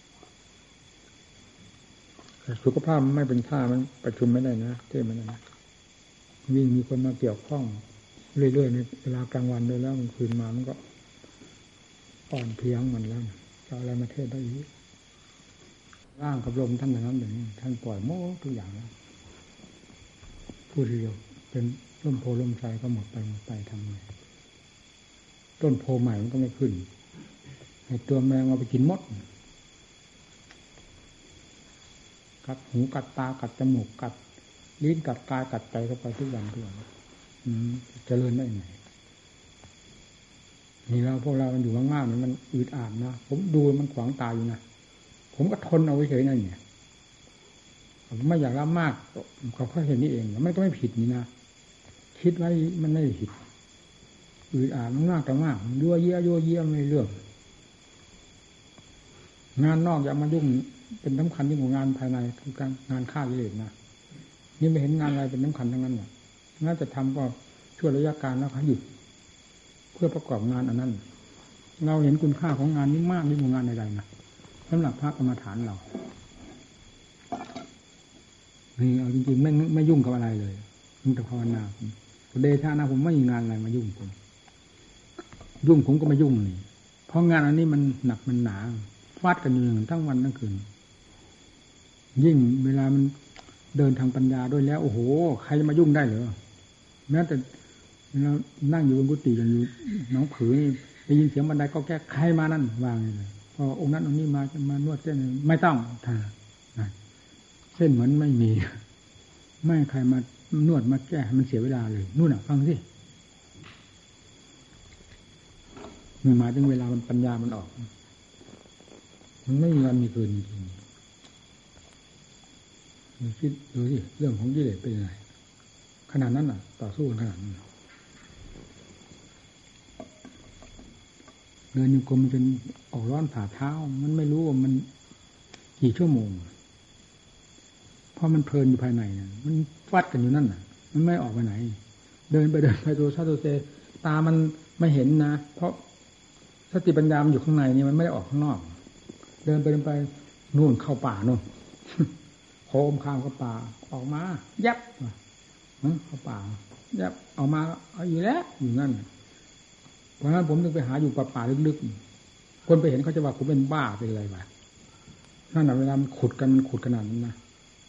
สุขภาพไม่เป็นท่ามันประชุมไม่ได้นะเท่ไม่ได้นะวิ่งมีคนมาเกี่ยวข้องเรื่อยๆในเวลากลางวันเลยแล้วมันคืนมามันก็อ่อนเพลียงมันแล้วจะอะไรมาเทศได้อีกร่างกับลมท่านอย่างนั้นอย่างนี้ท่านปล่อยโม้ทุกอย่างแล้วพูดเดียวเป็นร่มโพล่มไทรก็หมดไปหมดไปทำไงต้นโพใหม่มันก็ไม่ขึ้นให้ตัวแมงเอาไปกินมดกัดหูกัดตากัดจมูกกัดลิ้นกัดกายกัดใจเข้าไปทุกอย่างทุกอย่างอืมเจริญได้ไงนี่เราพวกเรามันอยู่มากๆมันอึดอัดนะผมดูมันขวางตาอยู่นะผมก็ทนเอาไว้เฉยนั่นเนี่ยผมไม่อยากรับมากเขาแค่เห็นนี่เองมันก็ไม่ผิดนี่นะคิดไว้มันไม่ผิดอึดอัดมันมากแต่มากยั่วเยี่ยยั่วเยี่ยไม่เรื่องงานนอกอย่ามายุ่งเป็นสำคัญยิ่งกว่างานภายในคือการงานฆ่ากิเลสนะนี่ไม่เห็นงานอะไรเป็นสำคัญทั้งนั้นหรอกน่าจะทำก็ช่วยระยะการแล้วเขาหยุดเพื่อประกอบงานอันนั้นเราเห็นคุณค่าของงานนี้มากยิ่งกว่างานใดๆนะสำหรับพระกรรมฐานเรานี่เอาจริงๆไม่ไม่ยุ่งกับอะไรเลยมันแต่ภาวนาเดชะนะผมไม่มีงานอะไรมายุ่งผมยุ่งผมก็ไม่ยุ่งนี่เพราะงานอันนี้มันหนักมันหนาฟาดกันอยู่อย่างทั้งวันทั้งคืนยิ่งเวลามันเดินทางปัญญาด้วยแล้วโอ้โหใครจะมายุ่งได้เหรอแม้แต่เรานั่งอยู่บนกุฏิอย่างอยู่น้องผือได้ยินเสียงบันไดก็แก้ใครมานั่นวางเลยพอองค์นั้นองค์นี้มาจะมานวดเส้นไม่ต้องท่าเส้นเหมือนไม่มีไม่ใครมานวดมาแก้มันเสียเวลาเลยนู่นน่ะฟังสิมันมาถึงเวลามันปัญญามันออกมันไม่มีวันมีคืนจริงๆดูคิดดูสิเรื่องของกิเลสเป็นยังไงขนาดนั้นน่ะต่อสู้ขนาดนั้นเดินอยู่กรมมันเป็นออกร้อนผ่าเท้ามันไม่รู้ว่ามันกี่ชั่วโมงเพราะมันเพลินอยู่ภายในน่ะมันฟัดกันอยู่นั่นน่ะมันไม่ออกไปไหนเดินไปเดินไปตัวชาตัวเซตามันไม่เห็นนะเพราะสติปัญญามันอยู่ข้างในนี่มันไม่ได้ออกข้างนอกเดินไปเดินไปนู่นเข้าป่านู่นโคมข้ามเข้าป่าออกมายับเข้าป่ายับออกมาเอาอยู่แล้วอยู่นั่นเพราะฉะนั้นผมถึงไปหาอยู่ป่าป่าลึกๆคนไปเห็นเขาจะว่าผมเป็นบ้าเป็นอะไรวะนั่นแหละเวลามันขุดกันมันขุดขนาดนั้นนะ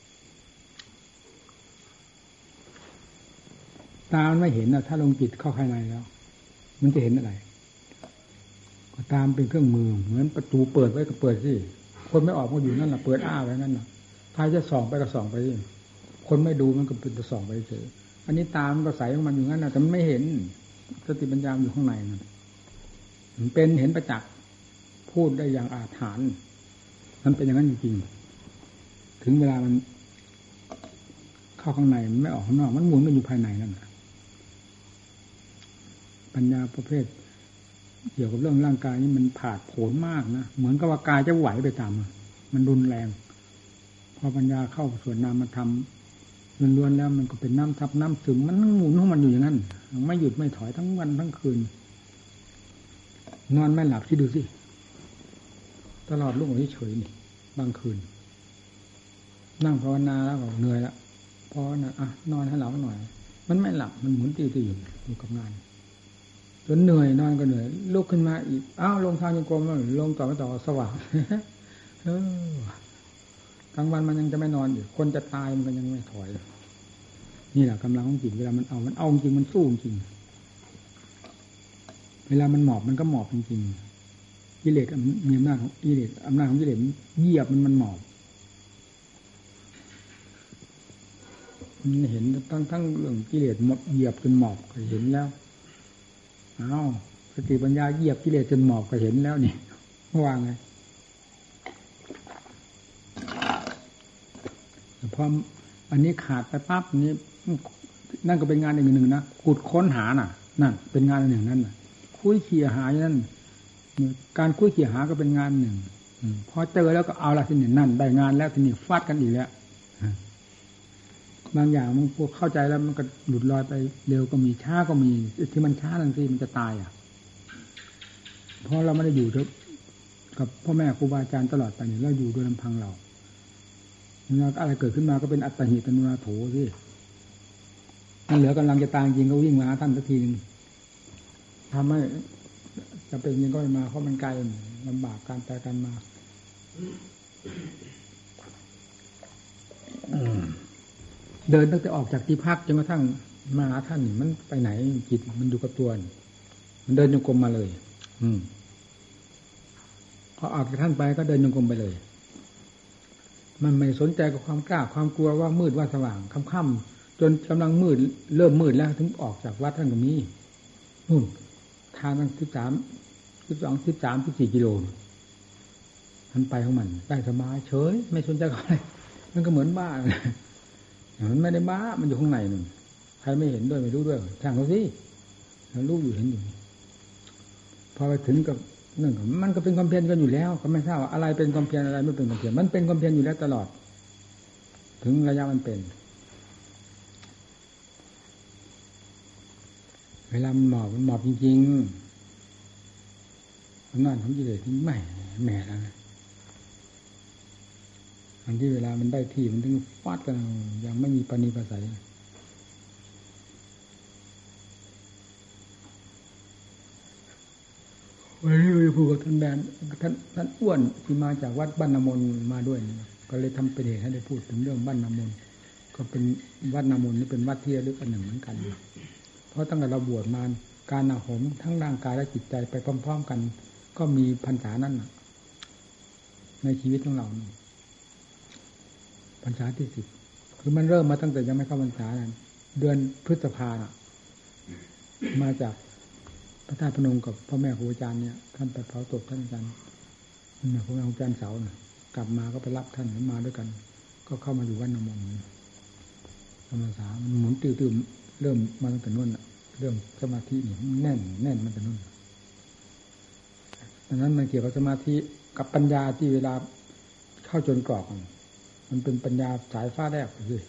ตามันไม่เห็นนะถ้าลงจิตเข้าภายในแล้วมันจะเห็นอะไรก็ตามเป็นเครื่องมือเหมือนประตูเปิดไว้ก็เปิดสิคนไม่ออกก็อยู่นั่นแหละเปิดอ้าไว้นั่นแหละใครจะส่องไปก็ส่องไปสิคนไม่ดูมันก็เป็นจะส่องไปเฉยอันนี้ตามันก็ใสของมันอยู่งั้นนะแต่มันไม่เห็นสติปัญญาอยู่ข้างในมันมันเป็นเห็นประจักษ์พูดได้อย่างอาถรรพ์มันเป็นอย่างนั้นจริงๆถึงเวลามันเข้าข้างในมันไม่ออกข้างนอกมันหมุนกันอยู่ภายในนั่นแหละปัญญาประเภทเกี่ยวกับเรื่องร่างกายนี่มันผาดโผนมากนะเหมือนกับว่ากายจะไหวไปตามมันรุนแรงพอปัญญาเข้าส่วนนามธรรมล้วนๆแล้วมันก็เป็นน้ำทับน้ำซึมมันหมุนของมันอยู่อย่างนั้นไม่หยุดไม่ถอยทั้งวันทั้งคืนนอนไม่หลับที่ดูสิตลอดลูกเฉยๆนี่บางคืนนั่งภาวนาแล้วก็เหนื่อยละพอนะอ่ะนอนให้หลับหน่อยมันไม่หลับมันหมุนตีๆอยู่อยู่กับงานจนเหนื่อยนอนก็เหนื่อยลุกขึ้นมาอีกอ้าวลงทางยังกรมลงต่อไม่ต่อสว่างเออกลางวันมันยังจะไม่นอนอยู่คนจะตายมันก็ยังไม่ถอยนี่แหละกำลังของจิตเวลามันเอามันเอาจริงมันสู้จริงเวลามันหมอบมันก็หมอบจริงๆกิเลสมีอำนาจของกิเลสอำนาจของกิเลสเหยียบมันมันหมอบมันเห็นทั้งทั้งเรื่องกิเลสหมดเหยียบจนหมอบก็เห็นแล้วอ้าวสติปัญญาเหยียบกิเลสจนหมอบก็เห็นแล้วนี่ว่าไงพออันนี้ขาดไปปั๊บนี้นั่นก็เป็นงานอีกหนึ่งนะขุดค้นหาน่ะนั่นเป็นงานหนึ่งนั่นน่ะคุยเขี่ยหานั่นการคุยเขี่ยหาก็เป็นงานหนึ่งพอเจอแล้วก็เอาละทีนี้นั่นได้งานแล้วทีนี้ฟาดกันอีกแล้วบางอย่างมันพวกเข้าใจแล้วมันก็หลุดลอยไปเร็วก็มีช้าก็มีที่มันช้านั่นสิมันจะตายอ่ะเพราะเราไม่ได้อยู่กับพ่อแม่ครูบาอาจารย์ตลอดไปนี่เราอยู่โดยลำพังเราอะไรเกิดขึ้นมาก็เป็นอัตตหิตนุนาโถสินั่นเหลือกำลังจะตายจริงก็วิ่งมาหาท่านสักทีนึงทำให้จะเป็นยังก็มาเพราะมันไกลลำบากการไปกันมาเดินตั้งแต่ออกจากที่พักจนกระทั่งมาหาท่านนี่มันไปไหนจิตมันอยู่กับตัวมันเดินจงกรมมาเลย อืมพอออกจากท่านไปก็เดินจงกรมไปเลยมันไม่สนใจกับความกล้าความกลัวว่ามืดว่าสว่างค่ำๆจนกำลังมืดเริ่มมืดแล้วถึงออกจากวัดท่านก็มีนู่นทางตั้งสิบสามสิบสองสิบสามสิบสี่กิโลมันไปของมันได้สบายเฉยไม่สนใจกับอะไรมันก็เหมือนบ้ามันไม่ได้บ้ามันอยู่ข้างในนึงใครไม่เห็นด้วยไม่รู้ด้วยช่างเขาสิแล้วรู้อยู่เห็นอยู่พอไปถึงกับนั่นก็มันก็เป็นความเพียรกันอยู่แล้วก็ไม่ทราบว่าอะไรเป็นความเพียรอะไรไม่เป็นความเพียรมันเป็นความเพียรอยู่แล้วตลอดถึงระยะมันเป็นเวลามันหมอบมันหมอบจริงๆมันนั่นของกิเลสที่แหม่แหม่แล้วอันที่เวลามันได้ที่มันถึงฟาดกันยังไม่มีปณิปัสสัยวันนี้ไปพูดกับท่านแบนท่านท่านอ้วนที่มาจากวัดบ้านนามนมาด้วยก็เลยทำเป็นเหตุให้ได้พูดถึงเรื่องบ้านนามนก็เป็นวัดนามนนี่เป็นวัดที่ระลึกอันหนึ่งเหมือนกันเพราะตั้งแต่เราบวชมาการอาหมทั้งร่างกายและจิตใจไปพร้อมๆกันก็มีพรรษานั้นในชีวิตของเราพรรษาที่สิบคือมันเริ่มมาตั้งแต่ยังไม่เข้าพรรษาเดือนพฤษภามาจากพระธาตุพนมกับพ่อแม่ครูอาจารย์เนี่ยท่านไปเผาศพท่านอาจารย์เนี่ยพ่อแม่ครูอาจารย์เสาเนี่ยกลับมาก็ไปรับท่านมาด้วยกันก็เข้ามาอยู่วัดนามนธรรมศาสตร์มันหมุนติ้วๆเริ่มมาตั้งแต่นู้นเรื่องสมาธินี่แน่นแน่นมันแต่นู้นดังนั้นมันเกี่ยวกับสมาธิกับปัญญาที่เวลาเข้าจนกรอบมันเป็นปัญญาสายฟ้าแลบเลย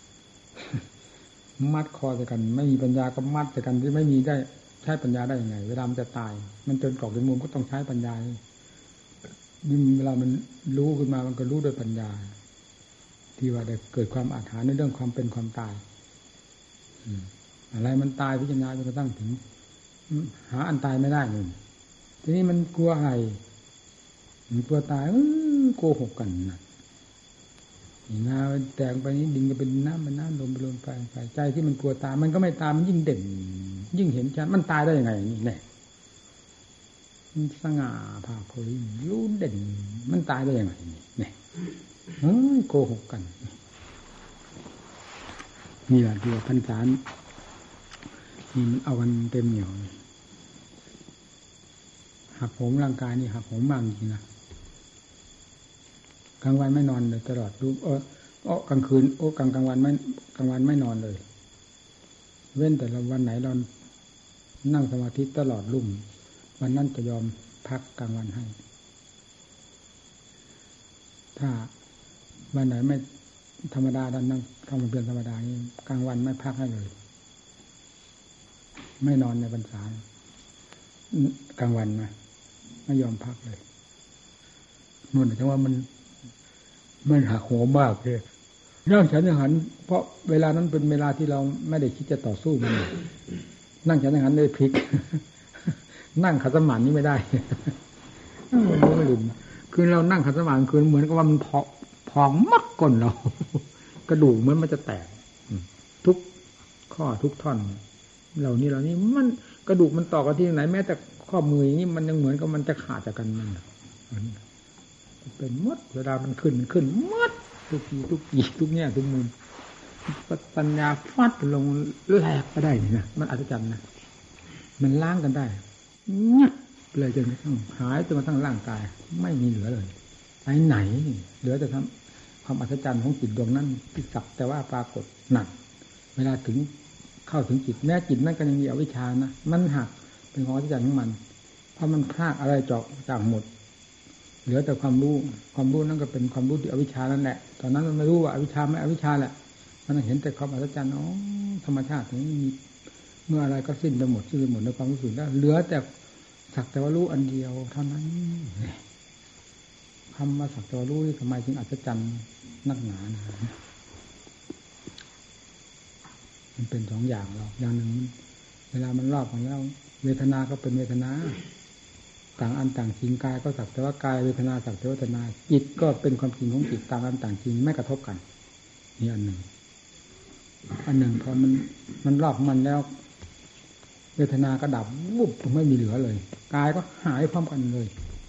มัดคอใส่กันไม่มีปัญญาก็มัดใส่กันที่ไม่มีได้ใช้ปัญญาได้ยังไงเวลามันจะตายมันจนกรอบจนมุมก็ต้องใช้ปัญญายิ่งเวลามันรู้ขึ้นมามันก็รู้ด้วยปัญญาที่ว่าได้เกิดความอาถรรพ์ในเรื่องความเป็นความตายอะไรมันตายพิจารณาจนกระทั่งถึงหาอันตายไม่ได้เลยทีนี้มันกลัวอะไรมันกลัวตายโกหกกันนะงาแตกไปนี้ดินก็เป็นน้ำเป็นน้ำลมเป็นลมไฟไฟใจที่มันกลัวตายมันก็ไม่ตายมันยิ่งเด่นยิ่งเห็นชัดมันตายได้ยังไงนี่แน่มันสง่าผ่าเผยรู้เด่นมันตายได้ยังไงนี่แน่โกหกกันนี่แหละที่ว่าพรรษานี่มันเอากันเต็มเหนียวหักโหมร่างกายนี่หักโหมมากจริงนะกลางวันไม่นอนเลยตลอดดูเออโอ้กลางคืนโอ้กลางกลางวันไม่กลางวันไม่นอนเลยเว้นแต่ละวันไหนเรานั่งสมาธิตลอดรุ่มวันนั้นจะยอมพักกลางวันให้ถ้าวันไหนไม่ธรรมดาดันนั่งทำเพียงธรรมดานี่กลางวันไม่พักให้เลยไม่นอนในพรรษากลางวันนะไม่ยอมพักเลยนู่นแต่ว่ามันมันหักโหมมากเลยนั่งฉันอาหารเพราะเวลานั้นเป็นเวลาที่เราไม่ได้คิดจะต่อสู้มันนั่งฉันอาหารได้พลิกนั่งขัดสมานนี่ไม่ได้มันรู้ไม่ลืมคือเรานั่งขัดสมานคือเหมือนกับว่ามันพองพองมักก้นเรากระดูกเหมือนมันจะแตกทุกข้อทุกท่อนเหล่านี้เหล่านี้มันกระดูกมันต่อกันที่ไหนแม้แต่ข้อมือนี่มันยังเหมือนกับมันจะขาดจากกันมันเป็นมดเวลามันขึ้นมันขึ้นมดทุกทีทุกทีทุกแง่ทุกมุมปัญญาฟัดลงแหลกก็ได้นะมันอัศจรรย์นะมันล้างกันได้เนี่ยเลยจนกระทั่งหายจนกระทั่งร่างกายไม่มีเหลือเลยไปไหนเหลือแต่ทำความอัศจรรย์ของจิตดวงนั้นที่สักแต่ว่าปรากฏหนักเวลาถึงเข้าถึงจิตแม้จิตนั้นก็ยังมีอวิชชานะมันหักเป็นของอัศจรรย์ของมันเพราะมันพลากอะไรจอกจากหมดเหลือแต่ความรู้ความรู้นั่นก็เป็นความรู้ที่อวิชชานั่นแหละตอนนั้นมันไม่รู้ว่าอวิชชาไม่อวิชชาแหละมันเห็นแต่ความอัศจรรย์อ๋อธรรมชาตินี้มีเมื่ออะไรก็สิ้นไปหมดสิ้นไปหมดในความรู้สึกแล้วเหลือแต่สักแต่ว่ารู้อันเดียวเท่านั้นคำว่าสักแต่ว่ารู้นี่ทำไมจึงอัศจรรย์นักหนานะมันเป็นสองอย่างเราอย่างหนึ่งเวลามันรอบของเราเวทนาก็เป็นเวทนาต่างอันต่างจริงกายก็สักแต่ว่ากายเวทนาสักแต่ว่าเวทนาจิตก็เป็นความจริงของจิตต่างอันต่างจริงไม่กระทบกันนี่อันหนึ่งอันหนึ่งพอมันมันรอบมันแล้วเวทนาก็ดับวุบไม่มีเหลือเลยกายก็หายพร้อมกันเลย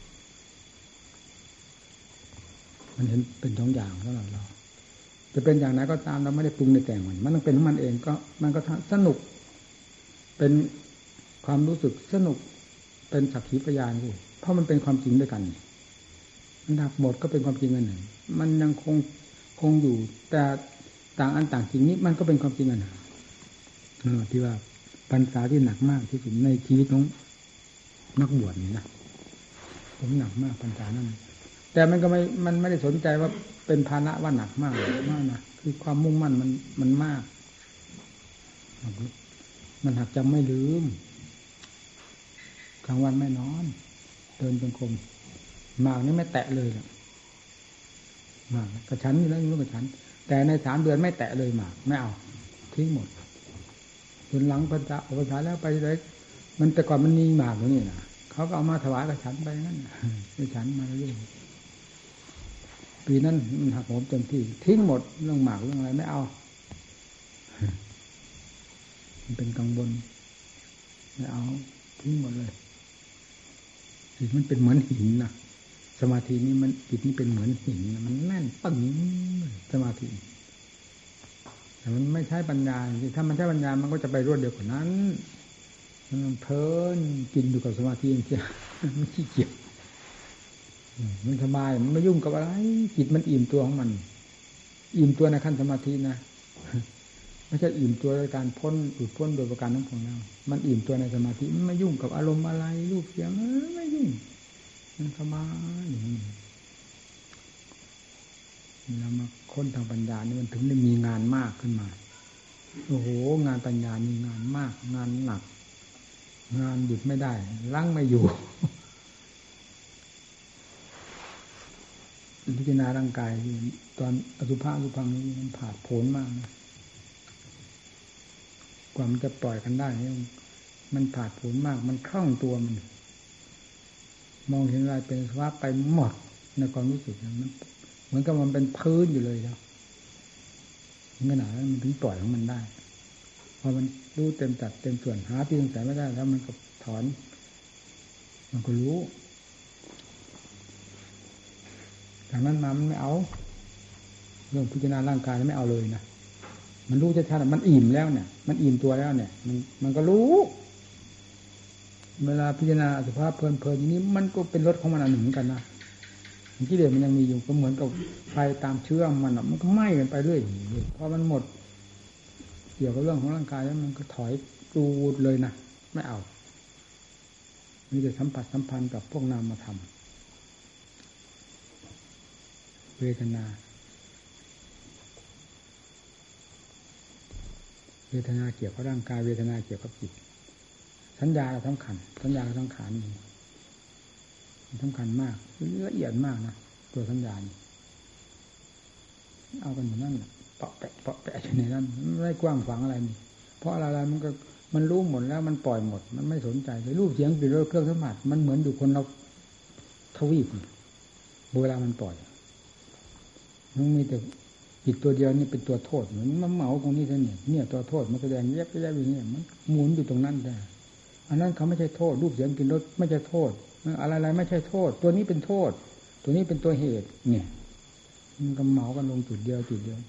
มันเห็นเป็นสองอย่างสำหรับเราจะเป็นอย่างไหนก็ตามเราไม่ได้ปรุงในแต่งมันมันต้องเป็นของมันเองก็มันก็สนุกเป็นความรู้สึกสนุกเป็นสักขีพยานอยู่เพราะมันเป็นความจริงด้วยกันมันดับหมดก็เป็นความจริงอันหนึ่งมันยังคงคงอยู่แต่ต่างอันต่างจริงนี้มันก็เป็นความจริงอันหนึ่งที่ว่าปัญหาที่หนักมากที่สุดในชีวิตของนักบวชนี่นะผมหนักมากปัญหานั้นแต่มันก็ไม่มันไม่ได้สนใจว่าเป็นภาระว่าหนักมากมากนะคือความมุ่งมั่นมันมันมากมันหักจำไม่ลืมกลางวันไม่นอนเดินจงกรมหมากนี่ไม่แตะเลยหรอกหมากกระชั้นอยู่แล้วอยู่กระชั้นแต่ในสามเดือนไม่แตะเลยหมากไม่เอาทิ้งหมดจนหลังพระเจ้าพระเจ้าแล้วไปเลยมันแต่ก่อนมันมีหมากอยู่นี่นะเขาก็เอามาถวายกระชั้นไปนั่นกระชั้นมาเรื่อยปีนั้นมันหักโหมเต็มที่ทิ้งหมดเรื่องหมากเรื่องอะไรไม่เอามันเป็นกังวลไม่เอาทิ้งหมดเลยจิตมันเป็นเหมือนหินนะสมาธินี้มันจิตนี่เป็นเหมือนหินมันแน่นปึ้งสมาธิแต่มันไม่ใช่ปัญญาถ้ามันใช้ปัญญามันก็จะไปรวดเดียวกว่านั้นมันเพลินกินอยู่กับสมาธิจริงๆมันขี้เกียจมันสบายมันไม่ยุ่งกับอะไรจิตมันอิ่มตัวของมันอิ่มตัวในขั้นสมาธินะไม่ใช่อิ่มตัวโดยการพ้นหลุดพ้นโดยประการทั้งปวงแล้วมันอิ่มตัวในสมาธิมันไม่ยุ่งกับอารมณ์อะไรรูปเสียงไม่ยุ่งมันสบายแล้วมาค้นทางปัญญานี่มันถึงได้มีงานมากขึ้นมาโอ้โหงานปัญญามีงานมากงานหนักงานหยุดไม่ได้ลังไม่อยู่พิจารณาร่างกายตอนอสุภะอสุพังนี่มันผาดโผนมากนะกว่ามันจะปล่อยกันได้มันผาดโผนมากมันคล่องตัวมันมองเห็นอะไรเป็นสภาพไปหมดในความรู้สึกมันเหมือนกับมันเป็นพื้นอยู่เลยแล้วขนาดนั้นมันถึงปล่อยของมันได้พอมันรู้เต็มจัดเต็มส่วนหาที่สงสัยไม่ได้แล้วมันก็ถอนมันก็รู้จากนั้นมามันไม่เอาเรื่องพิจารณาร่างกายไม่เอาเลยนะมันรู้ชัดๆมันอิ่มแล้วเนี่ยมันอิ่มตัวแล้วเนี่ยมันมันก็รู้เวลาพิจารณาสุภาพเพลินๆอย่างนี้มันก็เป็นรสของมันอันหนึ่งเหมือนกันนะที่เดียวมันยังมีอยู่ก็เหมือนกับไฟตามเชื้อมันอ่ะมันก็ไหม้กันไปเรื่อยพอมันหมดเกี่ยวกับเรื่องของร่างกายแล้วมันก็ถอยดูดเลยนะไม่เอามีแต่สัมผัสสัมพันธ์กับพวกนามธรรมเวทนาเวทนาเกี่ยวกับร่างกายเวทนาเกี่ยวกับจิตสัญญาสำคัญสัญญาสังขารนี่สำคัญมากละเอียดมากนะตัวสัญญานี่เอากันอยู่นั่นเปาะแปะเปาะแปะอยู่ในนั้นไม่กว้างขวางอะไรนี่เพราะอะไรมันก็มันรู้หมดแล้วมันปล่อยหมดมันไม่สนใจเลยรูปเสียงกลิ่นรสเครื่องสัมผัสมันเหมือนอยู่คนเราทวีปเวลามันปล่อยมันมีแต่จิตตัวเดียวนี่เป็นตัวโทษเหมือนมันเหมาตรงนี้เท่านี้เนี่ยตัวโทษมันแสดงแยบแยบอย่างนี้มันหมุนอยู่ตรงนั้นได้อันนั้นเขาไม่ใช่โทษรูปเสียงกลิ่นรสไม่ใช่โทษอะไรๆไม่ใช่โทษตัวนี้เป็นโทษตัวนี้เป็นตัวเหตุเนี่ยมันก็เหมากันลงจุดเดียวจุดเดียว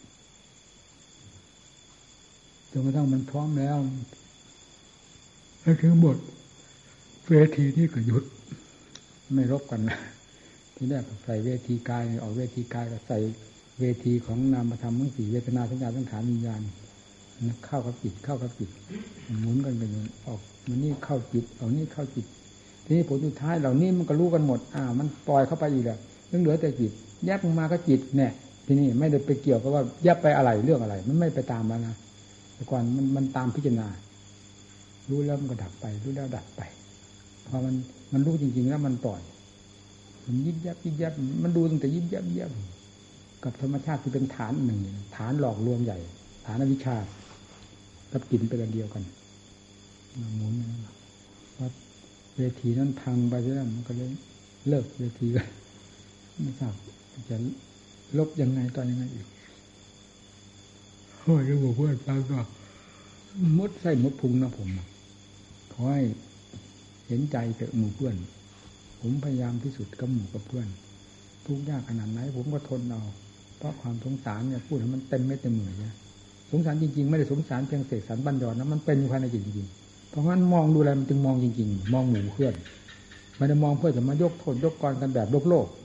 จนกระทั่งมันพร้อมแล้วแล้วถึงหมดเวทีนี่ก็หยุดไม่รบกันนะทีแรกใส่เวทีกายออกเวทีกายก็ใส่เวทีของนามธรรมทั้งสี่เวทนาสัญญาสังขารวิญญาณเข้ากับจิตเข้ากับจิตหมุนกันไปออกมันนี่เข้าจิตออกนี่เข้าจิตทีนี้ผลสุดท้ายเหล่านี้มันก็รู้กันหมดอ่ามันปล่อยเข้าไปอีกแล้วยังเหลือแต่จิตแยบมาก็จิตเนี่ยทีนี้ไม่ได้ไปเกี่ยวกับว่าแยบไปอะไรเรื่องอะไรมันไม่ไปตามแล้วนะแต่ก่อนมันมันตามพิจารณารู้แล้วมันก็ดับไปรู้แล้วดับไปพอมันมันรู้จริงๆแล้วมันปล่อยมันยิบยับยิบยับมันดูตั้งแต่ยิบยับยิบยับกับธรรมชาติที่เป็นฐานหนึ่งฐานหลอกลวงใหญ่ฐานอวิชชากับจิตเป็นอันเดียวกันหมุนเพราะเวทีนั้นพังไปแล้วมันก็เลยเลิกเวทีกันไม่ทราบจะลบยังไงต่อยังไงอีกโอ้ยจะบอกเพื่อนฟังก็มดไส้มดพุงนะผมขอให้เห็นใจเถอะหมู่เพื่อนผมพยายามที่สุดกับหมู่กับเพื่อนทุกข์ยากขนาดไหนผมก็ทนเอาเพราะความสงสารเนี่ยพูดให้มันเต็มไม่เต็มหน่วยเนี่ยสงสารจริงๆไม่ได้สงสารเพียงเสกสรรบัญญัตินะมันเป็นอยู่ภายในจิตจริงๆเพราะงั้นมองดูอะไรมันจึงมองจริงๆมองหมู่เพื่อนไม่ได้มองเพื่อจะมายกโทษยกกรกันแบบโลกโลก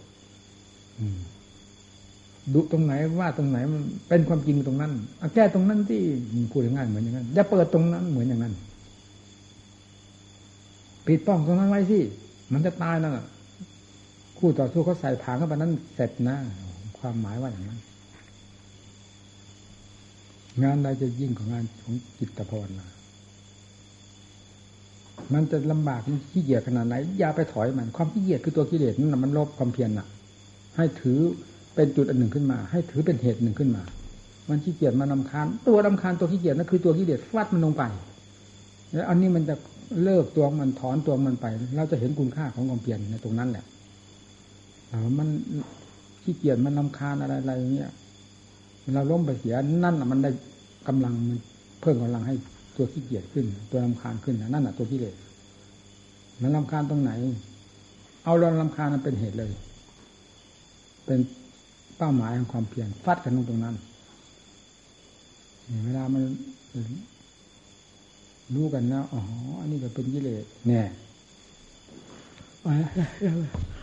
ดูตรงไหนว่าตรงไหนมันเป็นความจริงตรงนั้นเอาแก้ตรงนั้นที่พูดง่ายเหมือนอย่างนั้นอย่าเปิดตรงนั้นเหมือนอย่างนั้นปิดป้องตรงนั้นไว้สิมันจะตายนั่นคู่ต่อสู้เขาใส่ผางเข้าไปนั้นเสร็จนะความหมายว่าอย่างนั้นงานใดจะยิ่งกว่างานของจิตภาวนามันจะลำบากขี้เกียจขนาดไหนอย่าไปถอยมันความขี้เกียจคือตัวกิเลสนั่นมันลบความเพียรน่ะให้ถือเป็นจุดอันหนึ่งขึ้นมาให้ถือเป็นเหตุหนึ่งขึ้นมามันขี้เกียจมานำคาญตัวรำคาญตัวขี้เกียจนั่นคือตัวกิเลสฟาดมันลงไปแล้วอันนี้มันจะเลิกตัวมันถอนตัวมันไปเราจะเห็นคุณค่าของความเพียรในตรงนั้นแหละมันขี้เกียจมันรำคาญอะไรๆอย่างเงี้ยเราล้มไปเสียนั่นน่ะมันได้กำลังมันเพิ่มกำลังให้ตัวขี้เกียจขึ้นตัวรำคาญขึ้นนั่นน่ะตัวกิเลสมันรำคาญตรงไหนเอาเรารำคาญมันเป็นเหตุเลยเป็นเป้าหมายของความเพียรฟัดกันตรงนั้นเวลามันรู้กันนะอ๋ออันนี้ก็เป็นกิเลสเนี่ย